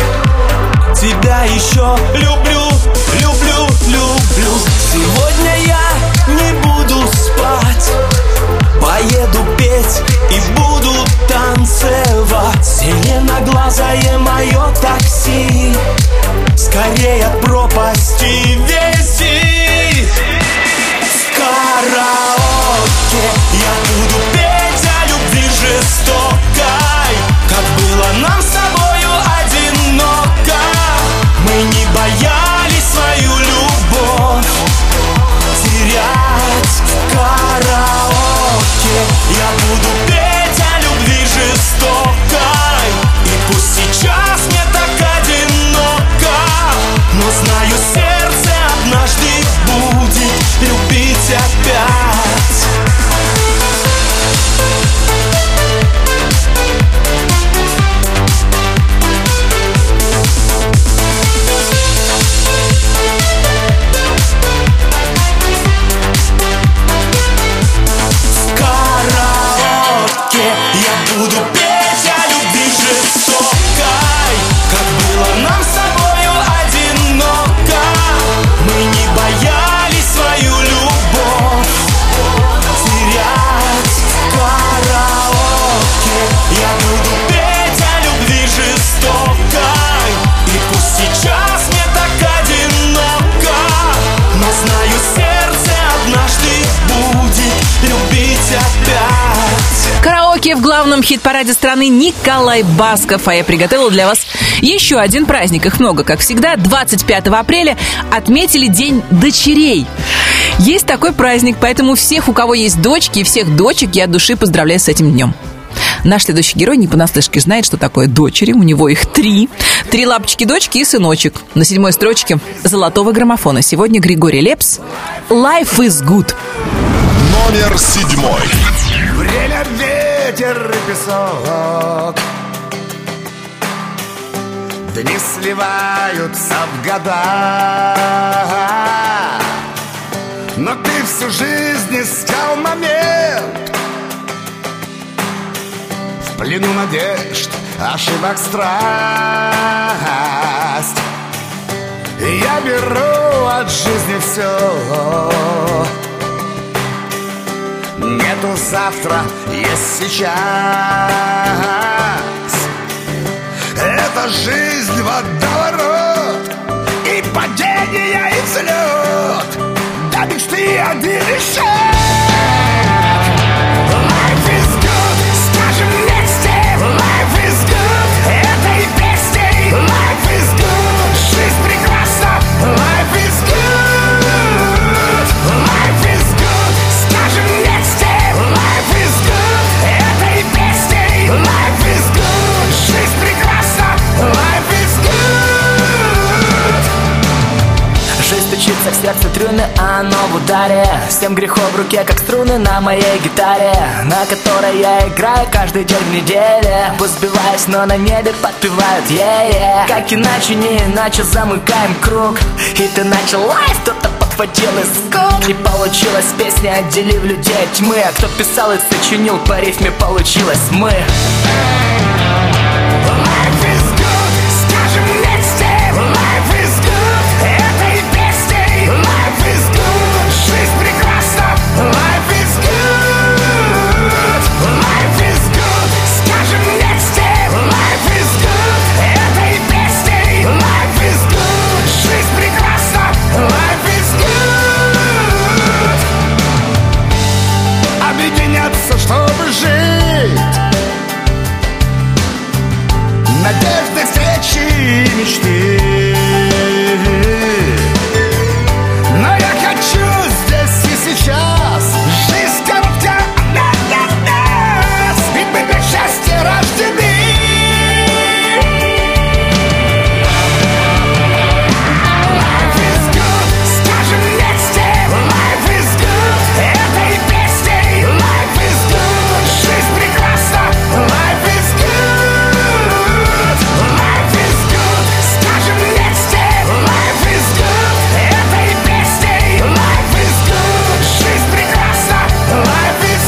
тебя еще люблю, люблю, люблю. Сегодня я не буду спать, поеду петь и буду танцевать. Зеленоглазое мое такси скорее от пропасти весит. В караоке я буду петь о любви жестокой, как было нам с тобою одиноко. Мы не боялись свою любовь терять. В караоке я буду петь о любви жестокой, и пусть сейчас мне так одиноко, но знаю, сердце однажды будет любить опять. Я буду петь о любви жестокой, как было нам с тобою одиноко. Мы не боялись свою любовь терять. В караоке я буду петь о любви жестокой, и пусть сейчас мне так одиноко, но знаю, сердце однажды будет любить опять. Караоке в главном хит-параде страны Николай Басков. А я приготовила для вас еще один праздник. Их много, как всегда. двадцать пятого апреля отметили День дочерей. Есть такой праздник, поэтому всех, у кого есть дочки, и всех дочек я от души поздравляю с этим днем. Наш следующий герой не понаслышке знает, что такое дочери. У него их три. Три лапочки-дочки и сыночек. На седьмой строчке «Золотого граммофона» сегодня Григорий Лепс «Life is good». Номер седьмой. Время, ветер и песок, дни сливаются в года. Но ты всю жизнь искал момент в плену надежд, ошибок, страсть. Я беру от жизни все. Нету завтра, есть сейчас. Это жизнь, водоворот, и падение, и взлет. До мечты один шаг. Life is good, скажем вместе. Life is good, этой песней. Life is good, жизнь прекрасна. Life is good, life is good, скажем вместе. Life is good, этой песней. Life is good, жизнь прекрасна. Life is good. Жизнь стучится в сердце трюны, а оно в ударе. Семь грехов в руке, как струны на моей гитаре, на которой я играю каждый день в неделе. Пусть сбиваюсь, но на небе подпевают yeah-yeah. Как иначе, не иначе замыкаем круг. И ты начал лайф, кто-то подхватил из скул. Не получилось песня, отделив людей от тьмы. А кто писал и сочинил, по рифме получилось мы. Life is good, скажем вместе. Life is good, этой песней. Life is good, жизнь прекрасна. Life is good, life is good, скажем вместе. Life is good, этой песней. Life is good, жизнь прекрасна. Life is good. Объединяться, чтобы жить. Надежды, встречи и мечты. Но я хочу здесь и сейчас. Жизнь коротка, она для нас. Ведь мы для счастья рождены. Life is good, скажем вместе. Life is good, этой песней. Life is good, жизнь прекрасна. Life is good. Life is good, скажем вместе. Life is good, этой песней. Life is good, жизнь прекрасна. Life is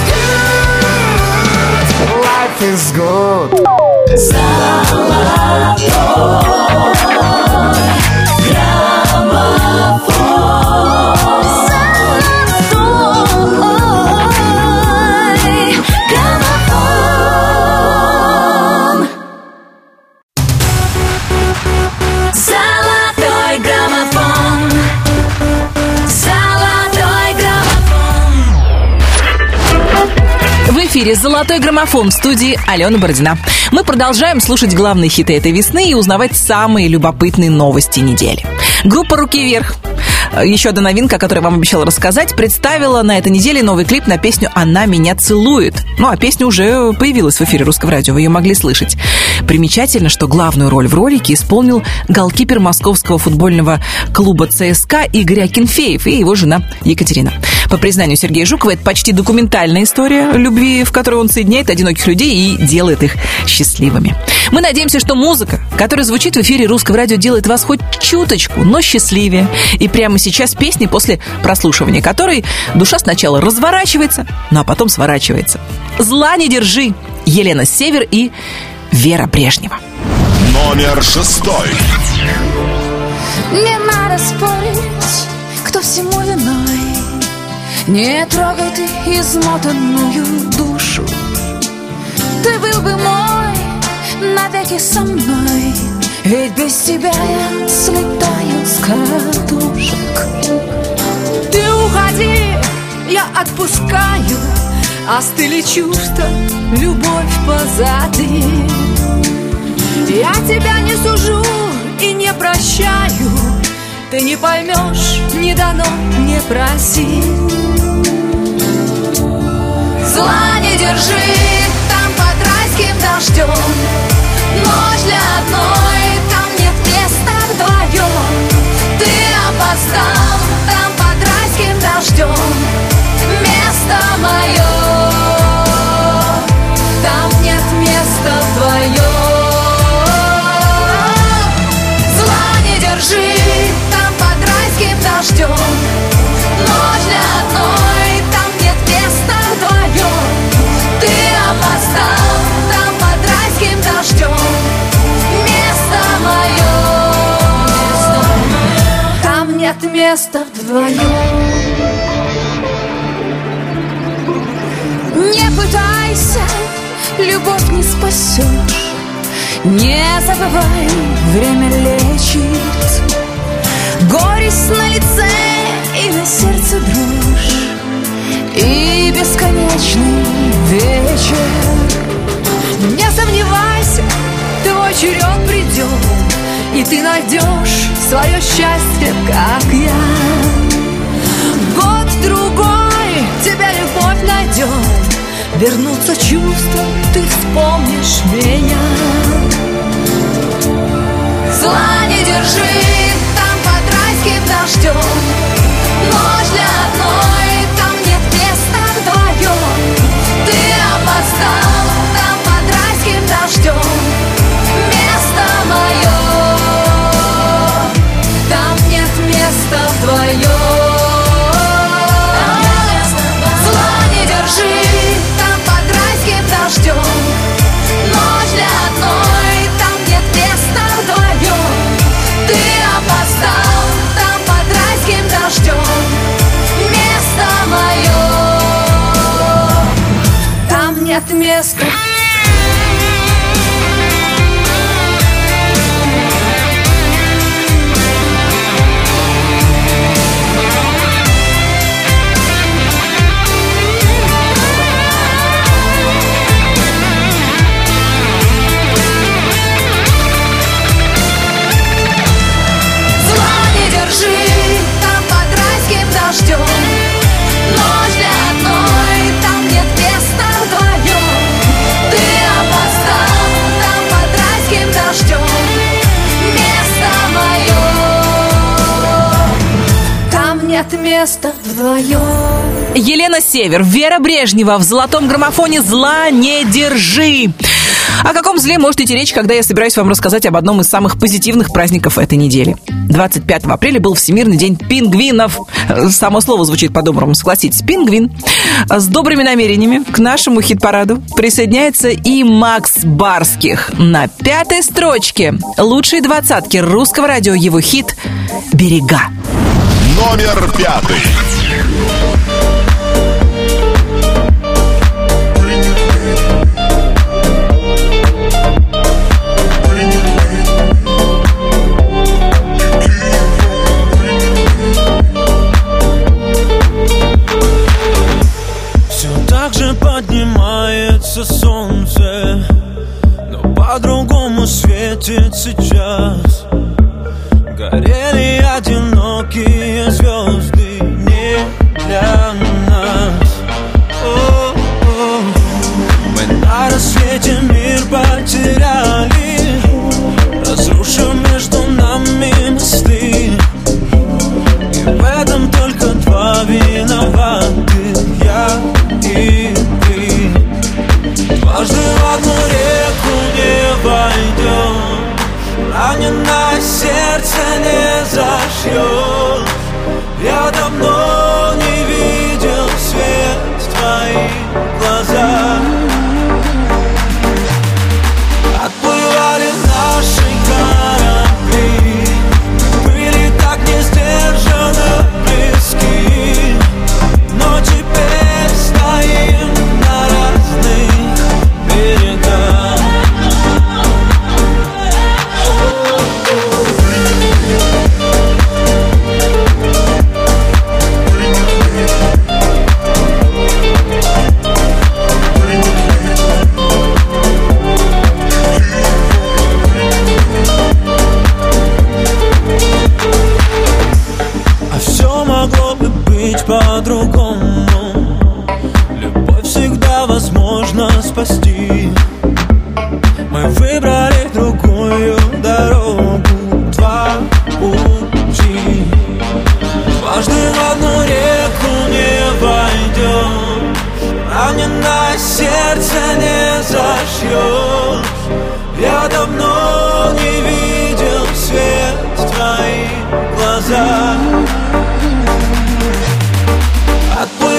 good. Life is good. Золотой граммофон. Золотой граммофон. В эфире «Золотой граммофон» в студии Алена Бородина. Мы продолжаем слушать главные хиты этой весны и узнавать самые любопытные новости недели. Группа «Руки вверх», еще одна новинка, о которой я вам обещала рассказать, представила на этой неделе новый клип на песню «Она меня целует». Ну, а песня уже появилась в эфире Русского радио, вы ее могли слышать. Примечательно, что главную роль в ролике исполнил голкипер московского футбольного клуба ЦСКА Игорь Акинфеев и его жена Екатерина. По признанию Сергея Жукова, это почти документальная история любви, в которой он соединяет одиноких людей и делает их счастливыми. Мы надеемся, что музыка, которая звучит в эфире Русского радио, делает вас хоть чуточку, но счастливее. И прямо сейчас песни, после прослушивания которой душа сначала разворачивается, ну а потом сворачивается. «Зла не держи» — Елена Север и Вера Брежнева. Номер шестой. Не надо спорить, кто всему виной. Не трогай ты измотанную душу. Ты был бы мой навеки со мной, ведь без тебя я слетаю с катушек. Ты уходи, я отпускаю. Остыли чувства, любовь позади. Я тебя не сужу и не прощаю. Ты не поймешь, не дано, не проси. Зла не держи там под райским дождем. Ночь для одной, там нет места вдвоем. Ты опоздал там под райским дождем. Место мое, там нет места вдвоем. нет места вдвоем. Не пытайся, любовь не спасешь. Не забывай, время лечит. Горесть на лице и на сердце дрожь, и бесконечный вечер. Не сомневайся, твой черед придет, и ты найдешь свое счастье, как я. Год-другой тебя любовь найдет, вернутся чувства, ты вспомнишь меня. Зла не держи там под райским дождем, ночь для одной, там нет места вдвоем. Ты опоздал там под райским дождем, место мое, там нет места вдвоем. Зла не держи там под райским дождем, ночь для одной, там нет места вдвоем. Ты опоздал там под райским дождем, место мое, там нет места. Дождем. Ночь для одной, там нет места вдвоем. Ты опоздал там под райским дождем, место мое, там нет места вдвоем. Елена Север, Вера Брежнева в золотом граммофоне «Зла не держи». О каком зле может идти речь, когда я собираюсь вам рассказать об одном из самых позитивных праздников этой недели? двадцать пятого апреля был Всемирный день пингвинов. Само слово звучит по-доброму, согласитесь. Пингвин. С добрыми намерениями к нашему хит-параду присоединяется и Макс Барских. На пятой строчке лучшей двадцатки русского радио его хит «Берега». Номер пятый. Поднимается солнце, но по-другому светит сейчас. Горели одинокие звезды не для нас. О-о-о. Мы на рассвете мир потеряли, разрушив между нами мосты. И в этом только два виноваты, я и ты. Дважды в одну реку не войдешь, раненое сердце не зашьешь. Я давно не видел свет в твоих глазах. Отплывали наши корабли, были так не сдержанно близки, но теперь стоим на разных берегах. А все могло бы быть по-другому. Любовь всегда возможно спасти. Мы выбрали другую дорогу, два пути. Дважды в одну реку не войдешь, раненое сердце не зашьешь. Я давно не видел свет в твоих глазах. Отпусти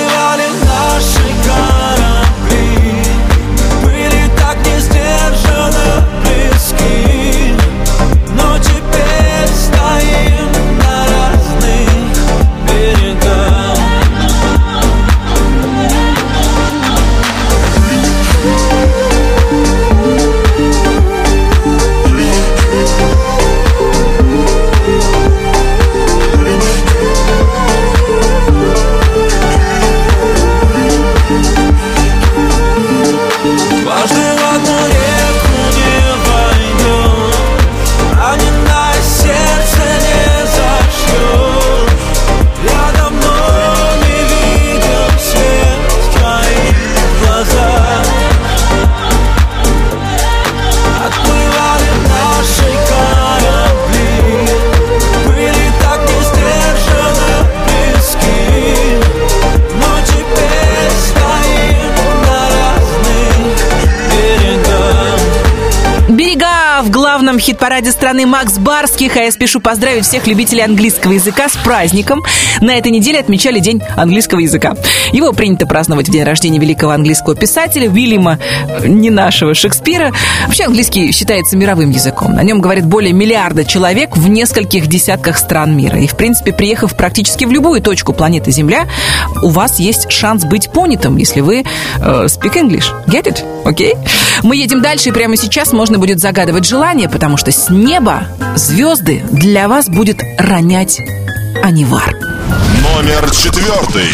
хит-параде страны Макс Барских, а я спешу поздравить всех любителей английского языка с праздником. На этой неделе отмечали День английского языка. Его принято праздновать в день рождения великого английского писателя Уильяма, не нашего, Шекспира. Вообще английский считается мировым языком. На нем говорит более миллиарда человек в нескольких десятках стран мира. И, в принципе, приехав практически в любую точку планеты Земля, у вас есть шанс быть понятым, если вы uh, speak English. Get it? Окей? Okay? Мы едем дальше, и прямо сейчас можно будет загадывать желание, потому что с неба звезды для вас будет ронять Анивар. Номер четвертый.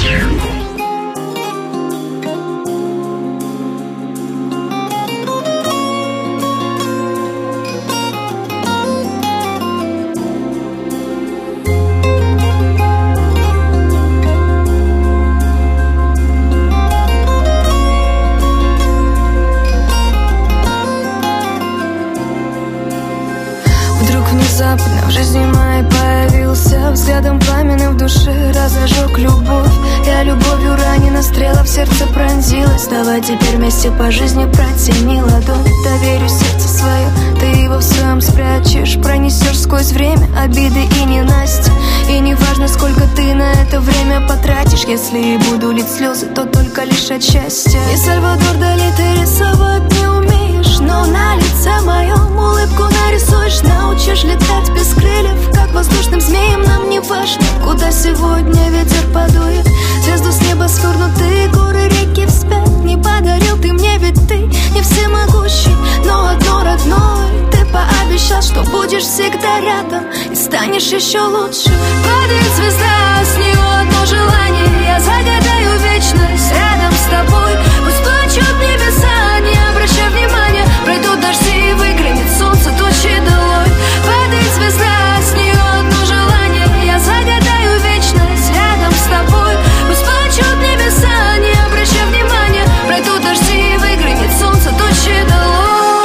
Внезапно в жизни моей появился, взглядом пламенным в душе разожег любовь. Я любовью ранена, стрела в сердце пронзилась. Давай теперь вместе по жизни протяни ладонь. Доверю сердце свое, ты его в своем спрячешь. Пронесешь сквозь время обиды и ненастья. И не важно, сколько ты на это время потратишь. Если и буду лить слезы, то только лишь от счастья. И Сальвадор Дали ты рисовать не умеешь, но на лице моем улыбку нарисуешь. Научишь летать без крыльев, как воздушным змеям. Нам не важно, куда сегодня ветер подует. Звезду с неба свернутые горы, реки вспять. Не подарил ты мне, ведь ты не всемогущий, но одно родной. Ты пообещал, что будешь всегда рядом и станешь еще лучше. Падает звезда, с нее одно желание. Я загадаю вечность рядом с тобой. Пусть плачут небеса, не обращай внимания. Пройдут дожди и выглянет солнце тучи долой. Падает звезда, с нее одно желание. Я загадаю вечность рядом с тобой. Пусть плачут небеса, не обращай внимания. Пройдут дожди и выглянет солнце тучи долой.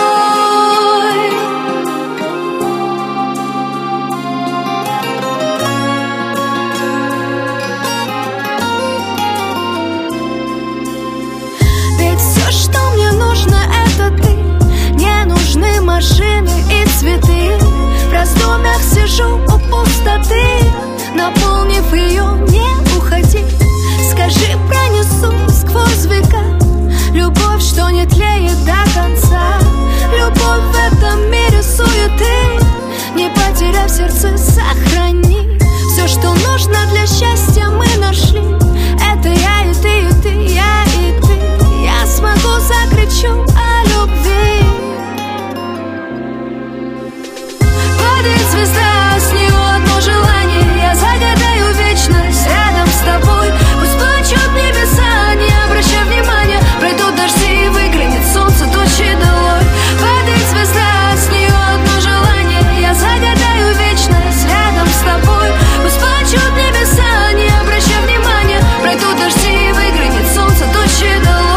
Ведь все, что мне нужно, это ты. Не нужны машины и цветы. В раздумьях сижу у пустоты. Наполнив ее, не уходи. Скажи, пронесу сквозь века. Любовь, что не тлеет до конца. Любовь в этом мире суеты. Не потеряй в сердце, сохрани. Все, что нужно для счастья, мы нашли. Это я и ты, и ты, я и ты. Я смогу, закричу о любви. Падает звезда, с нее одно желание. Я загадаю вечность рядом с тобой. Пусть плачут небеса, не обращай внимания. Пройдут дожди и выглянет солнце тучи долой. Падает звезда, с нее одно желание. Я загадаю вечность рядом с тобой. Пусть плачут небеса, не обращай внимания. Пройдут дожди и выглянет солнце тучи долой.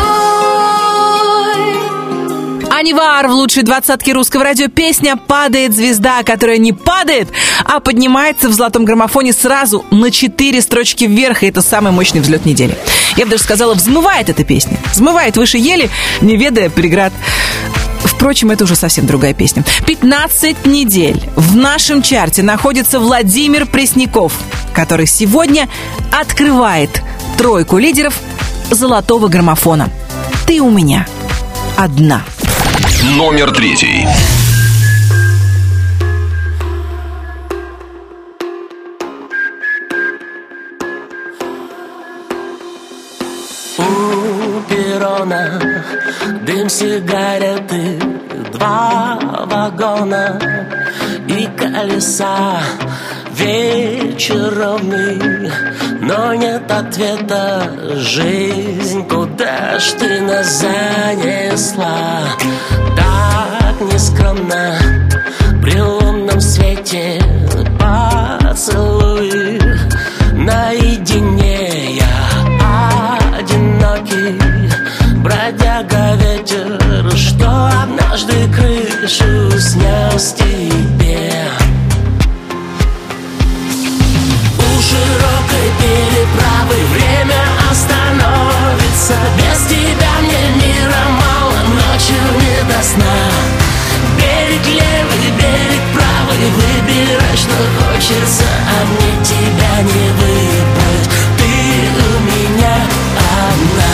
Анивар в лучшей двадцатке русского радио. Песня «Падает звезда», которая не падает, а поднимается в золотом граммофоне сразу на четыре строчки вверх. И это самый мощный взлет недели. Я бы даже сказала, взмывает эта песня. Взмывает выше ели, не ведая преград. Впрочем, это уже совсем другая песня. пятнадцать недель в нашем чарте находится Владимир Пресняков, который сегодня открывает тройку лидеров золотого граммофона. «Ты у меня одна». Номер третий. У перрона дым сигареты, два вагона и колеса. Вечер ровный, но нет ответа. Жизнь, куда ж ты нас занесла? Так нескромно при лунном свете поцелуй. Наедине я одинокий бродяга ветер, что однажды крышу снес тебе. У широкой переправы время остановится. Без тебя мне мира мало, ночью не до сна. Берег левый, хочется, а мне тебя не выбрать. Ты у меня одна.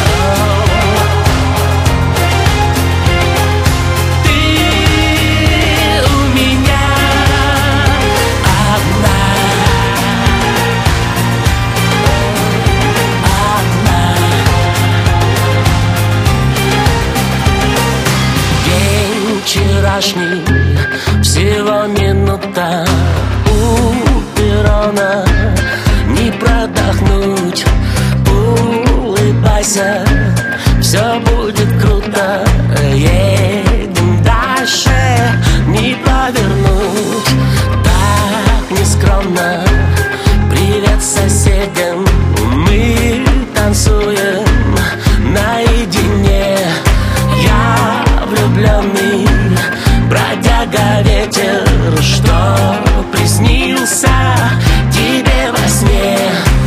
Вчерашний, всего минута у перрона, не продохнуть, улыбайся, все будет круто, едем дальше, не повернуть, так нескромно, привет соседям, мы танцуем наедине, я влюбленный бродяга ветер, что приснился тебе во сне.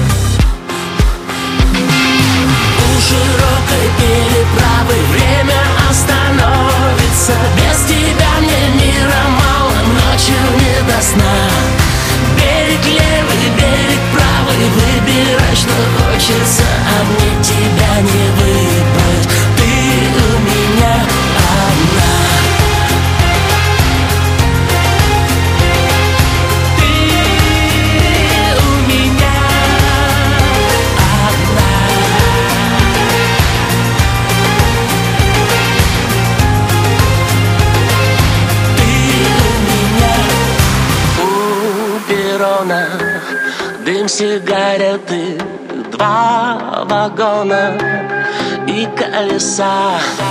У широкой переправы время остановится, без тебя мне мира мало, ночью не до сна. Берег левый, берег правый, выбирай, что хочется, а мне тебя не выбрать. Ты у меня одна. Дым сигареты, два вагона и колеса.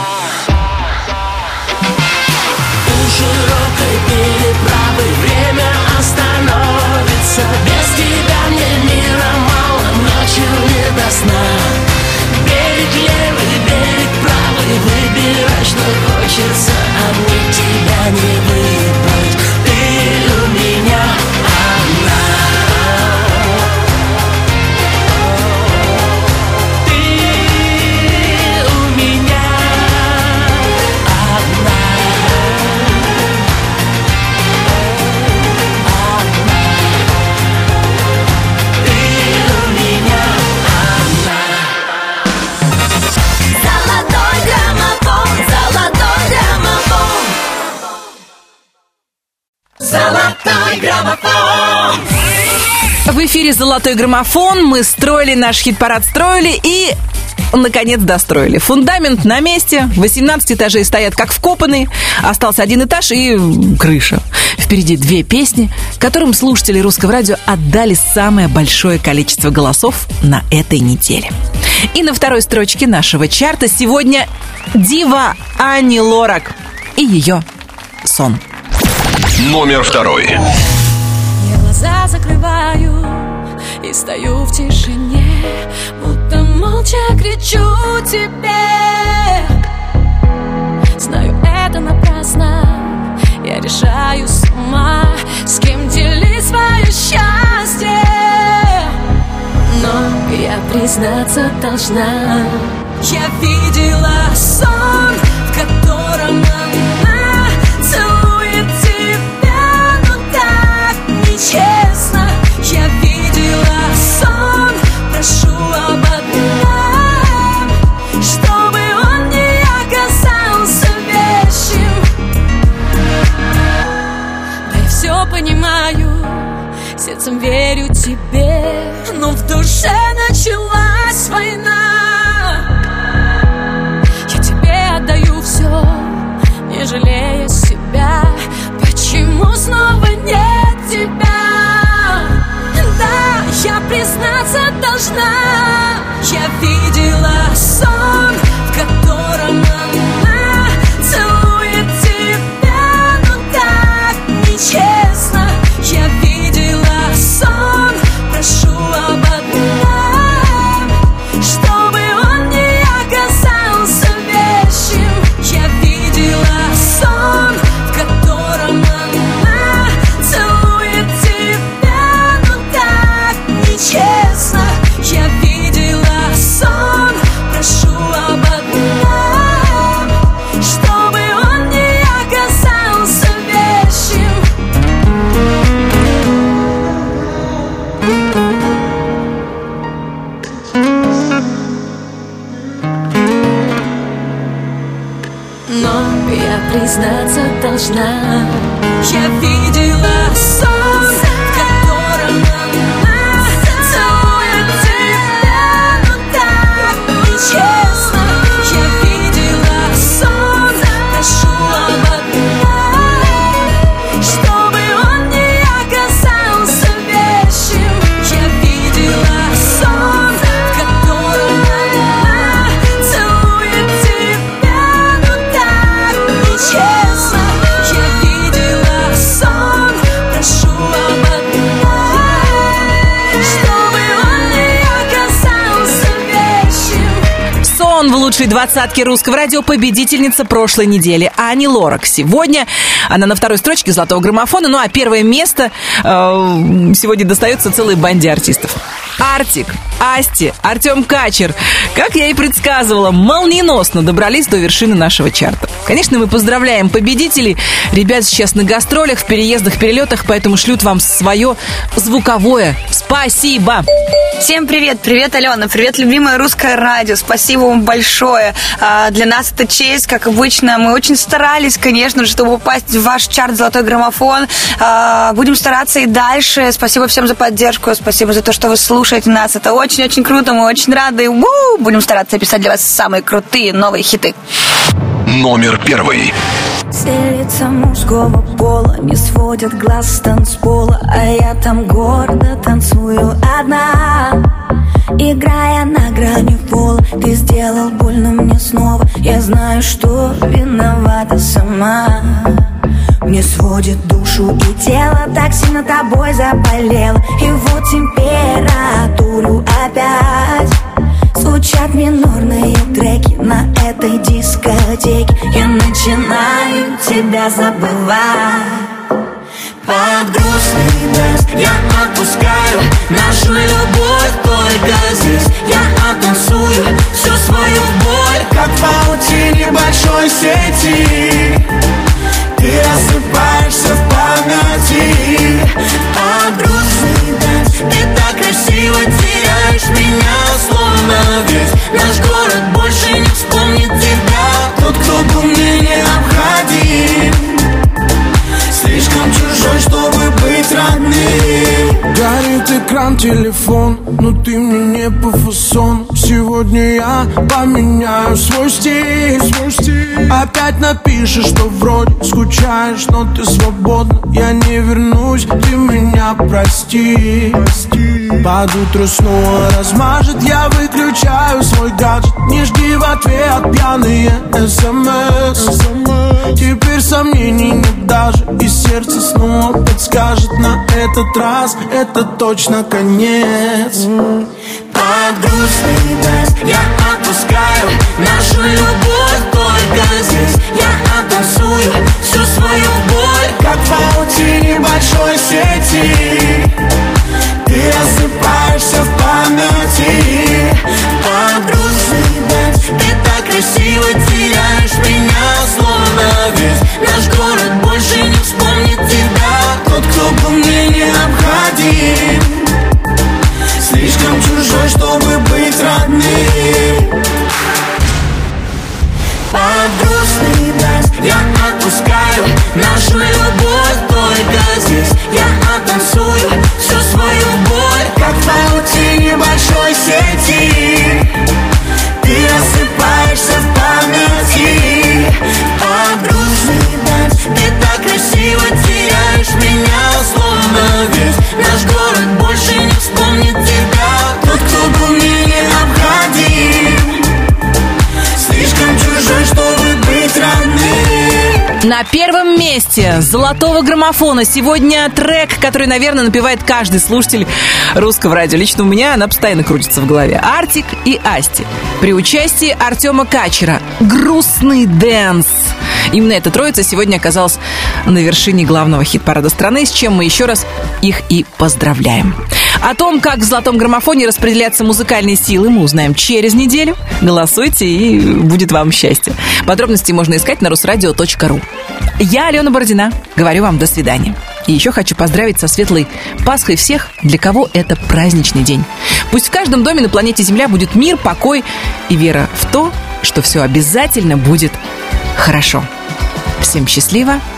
У широкой переправы время остановится, без тебя мне мира мало, ночью не до сна. Берег левый, берег правый, выбирай, что хочется, а мне тебя не выбрать. Ты у меня одна. Золотой граммофон. В эфире «Золотой граммофон». Мы строили наш хит-парад, строили и, наконец, достроили. Фундамент на месте, восемнадцать этажей стоят как вкопанные. Остался один этаж и крыша. Впереди две песни, которым слушатели русского радио отдали самое большое количество голосов на этой неделе. И на второй строчке нашего чарта сегодня дива Ани Лорак и ее «Сон». Номер второй. Я глаза закрываю и стою в тишине, будто молча кричу тебе. Знаю, это напрасно, я решаю сама, с кем делить свое счастье. Но я признаться должна, я видела сон, в котором она целует тебя, но так нечестно. Я видела сон, прошу об одном, чтобы он не оказался вещим. Да я все понимаю, сердцем верю тебе, но в душе началась война. Я тебе отдаю все, не жалея себя. Почему снова нет тебя? Да, я признаться должна, я видела сон, в котором она целует тебя, но так нечестно. Я видела сон, прошу об одном, чтобы он не оказался вещим. Я видела сон, в котором она целует тебя, но так нечестно. Я видела сон, одна. Я видела сон, в котором она целует тебя, но так нечестно. Я видела сон, прошу об одном, чтобы он не оказался вещим. Я видела сон, в котором она целует тебя, но так нечестно. Я видела сон, прошу об одном, чтобы он не оказался вещим. Сон в лучшей двадцатке русского радио, победительница прошлой недели Ани Лорак. Сегодня она на второй строчке золотого граммофона, ну а первое место э, сегодня достается целой банде артистов. Артик, Асти, Артем Качер, как я и предсказывала, молниеносно добрались до вершины нашего чарта. Конечно, мы поздравляем победителей. Ребят сейчас на гастролях, в переездах, перелетах, поэтому шлют вам свое звуковое спасибо. Всем привет, привет, Алена, привет, любимое русское радио, спасибо вам большое. А, для нас это честь, как обычно, мы очень старались, конечно же, чтобы попасть в ваш чарт «Золотой граммофон». А, будем стараться и дальше. Спасибо всем за поддержку, спасибо за то, что вы слушаете нас, это очень-очень круто, мы очень рады. У-у-у! Будем стараться писать для вас самые крутые новые хиты. Номер первый. Все лица мужского пола не сводят глаз с танцпола, а я там гордо танцую одна. Играя на грани пола, ты сделал больно мне снова. Я знаю, что виновата сама. Мне сводит душу и тело, так сильно тобой заболело. И вот температуру опять. Звучат минорные треки на этой дискотеке. Я начинаю тебя забывать. Под грустный дэнс я отпускаю нашу любовь только здесь. Я оттанцую всю свою боль, как в паутине большой сети. Ты рассыпаешься в памяти. Под грустный дэнс ты так красиво теряешь меня, словно весь наш город больше не вспомнит тебя. Тот, кто был мне необходим, слишком чужой, чтобы быть родным. Горит экран, телефон, но ты мне не по фасону. Сегодня я поменяю свой стиль, свой стиль. Опять напишешь, что вроде скучаешь, но ты свободна. Я не вернусь, ты меня прости, прости. Под утро снова размажет, я выключаю свой гаджет. Не жди в ответ пьяные смс. Теперь сомнений нет даже, и сердце снова подскажет: на этот раз это точно конец. Под грустный дэнс я отпускаю нашу любовь только здесь. Я оттанцую всю свою боль, как в паутине большой сети. Ты рассыпаешься в памяти. Под грустный дэнс ты так красиво теряешь меня, словно весь наш город больше не вспомнит тебя. Тот, кто был мне необходим, слишком чужой, чтобы быть родным. Под грустный дэнс я отпускаю нашу любовь только здесь. Я оттанцую всю свою боль, как в паутине большой сети. Ты рассыпаешься в памяти. Под грустный дэнс ты так красиво теряешь меня, словно весь наш город больше не вспомнит тебя. Тот, кто был мне необходим, слишком чужой, чтобы быть родным. На первом месте золотого граммофона сегодня трек, который, наверное, напевает каждый слушатель русского радио. Лично у меня она постоянно крутится в голове. Артик и Асти. При участии Артема Качера. «Грустный дэнс». Именно эта троица сегодня оказалась на вершине главного хит-парада страны, с чем мы еще раз их и поздравляем. О том, как в золотом граммофоне распределяются музыкальные силы, мы узнаем через неделю. Голосуйте, и будет вам счастье. Подробности можно искать на русрадио точка ру. Я, Алена Бородина, говорю вам до свидания. И еще хочу поздравить со светлой Пасхой всех, для кого это праздничный день. Пусть в каждом доме на планете Земля будет мир, покой и вера в то, что все обязательно будет хорошо. Всем счастливо!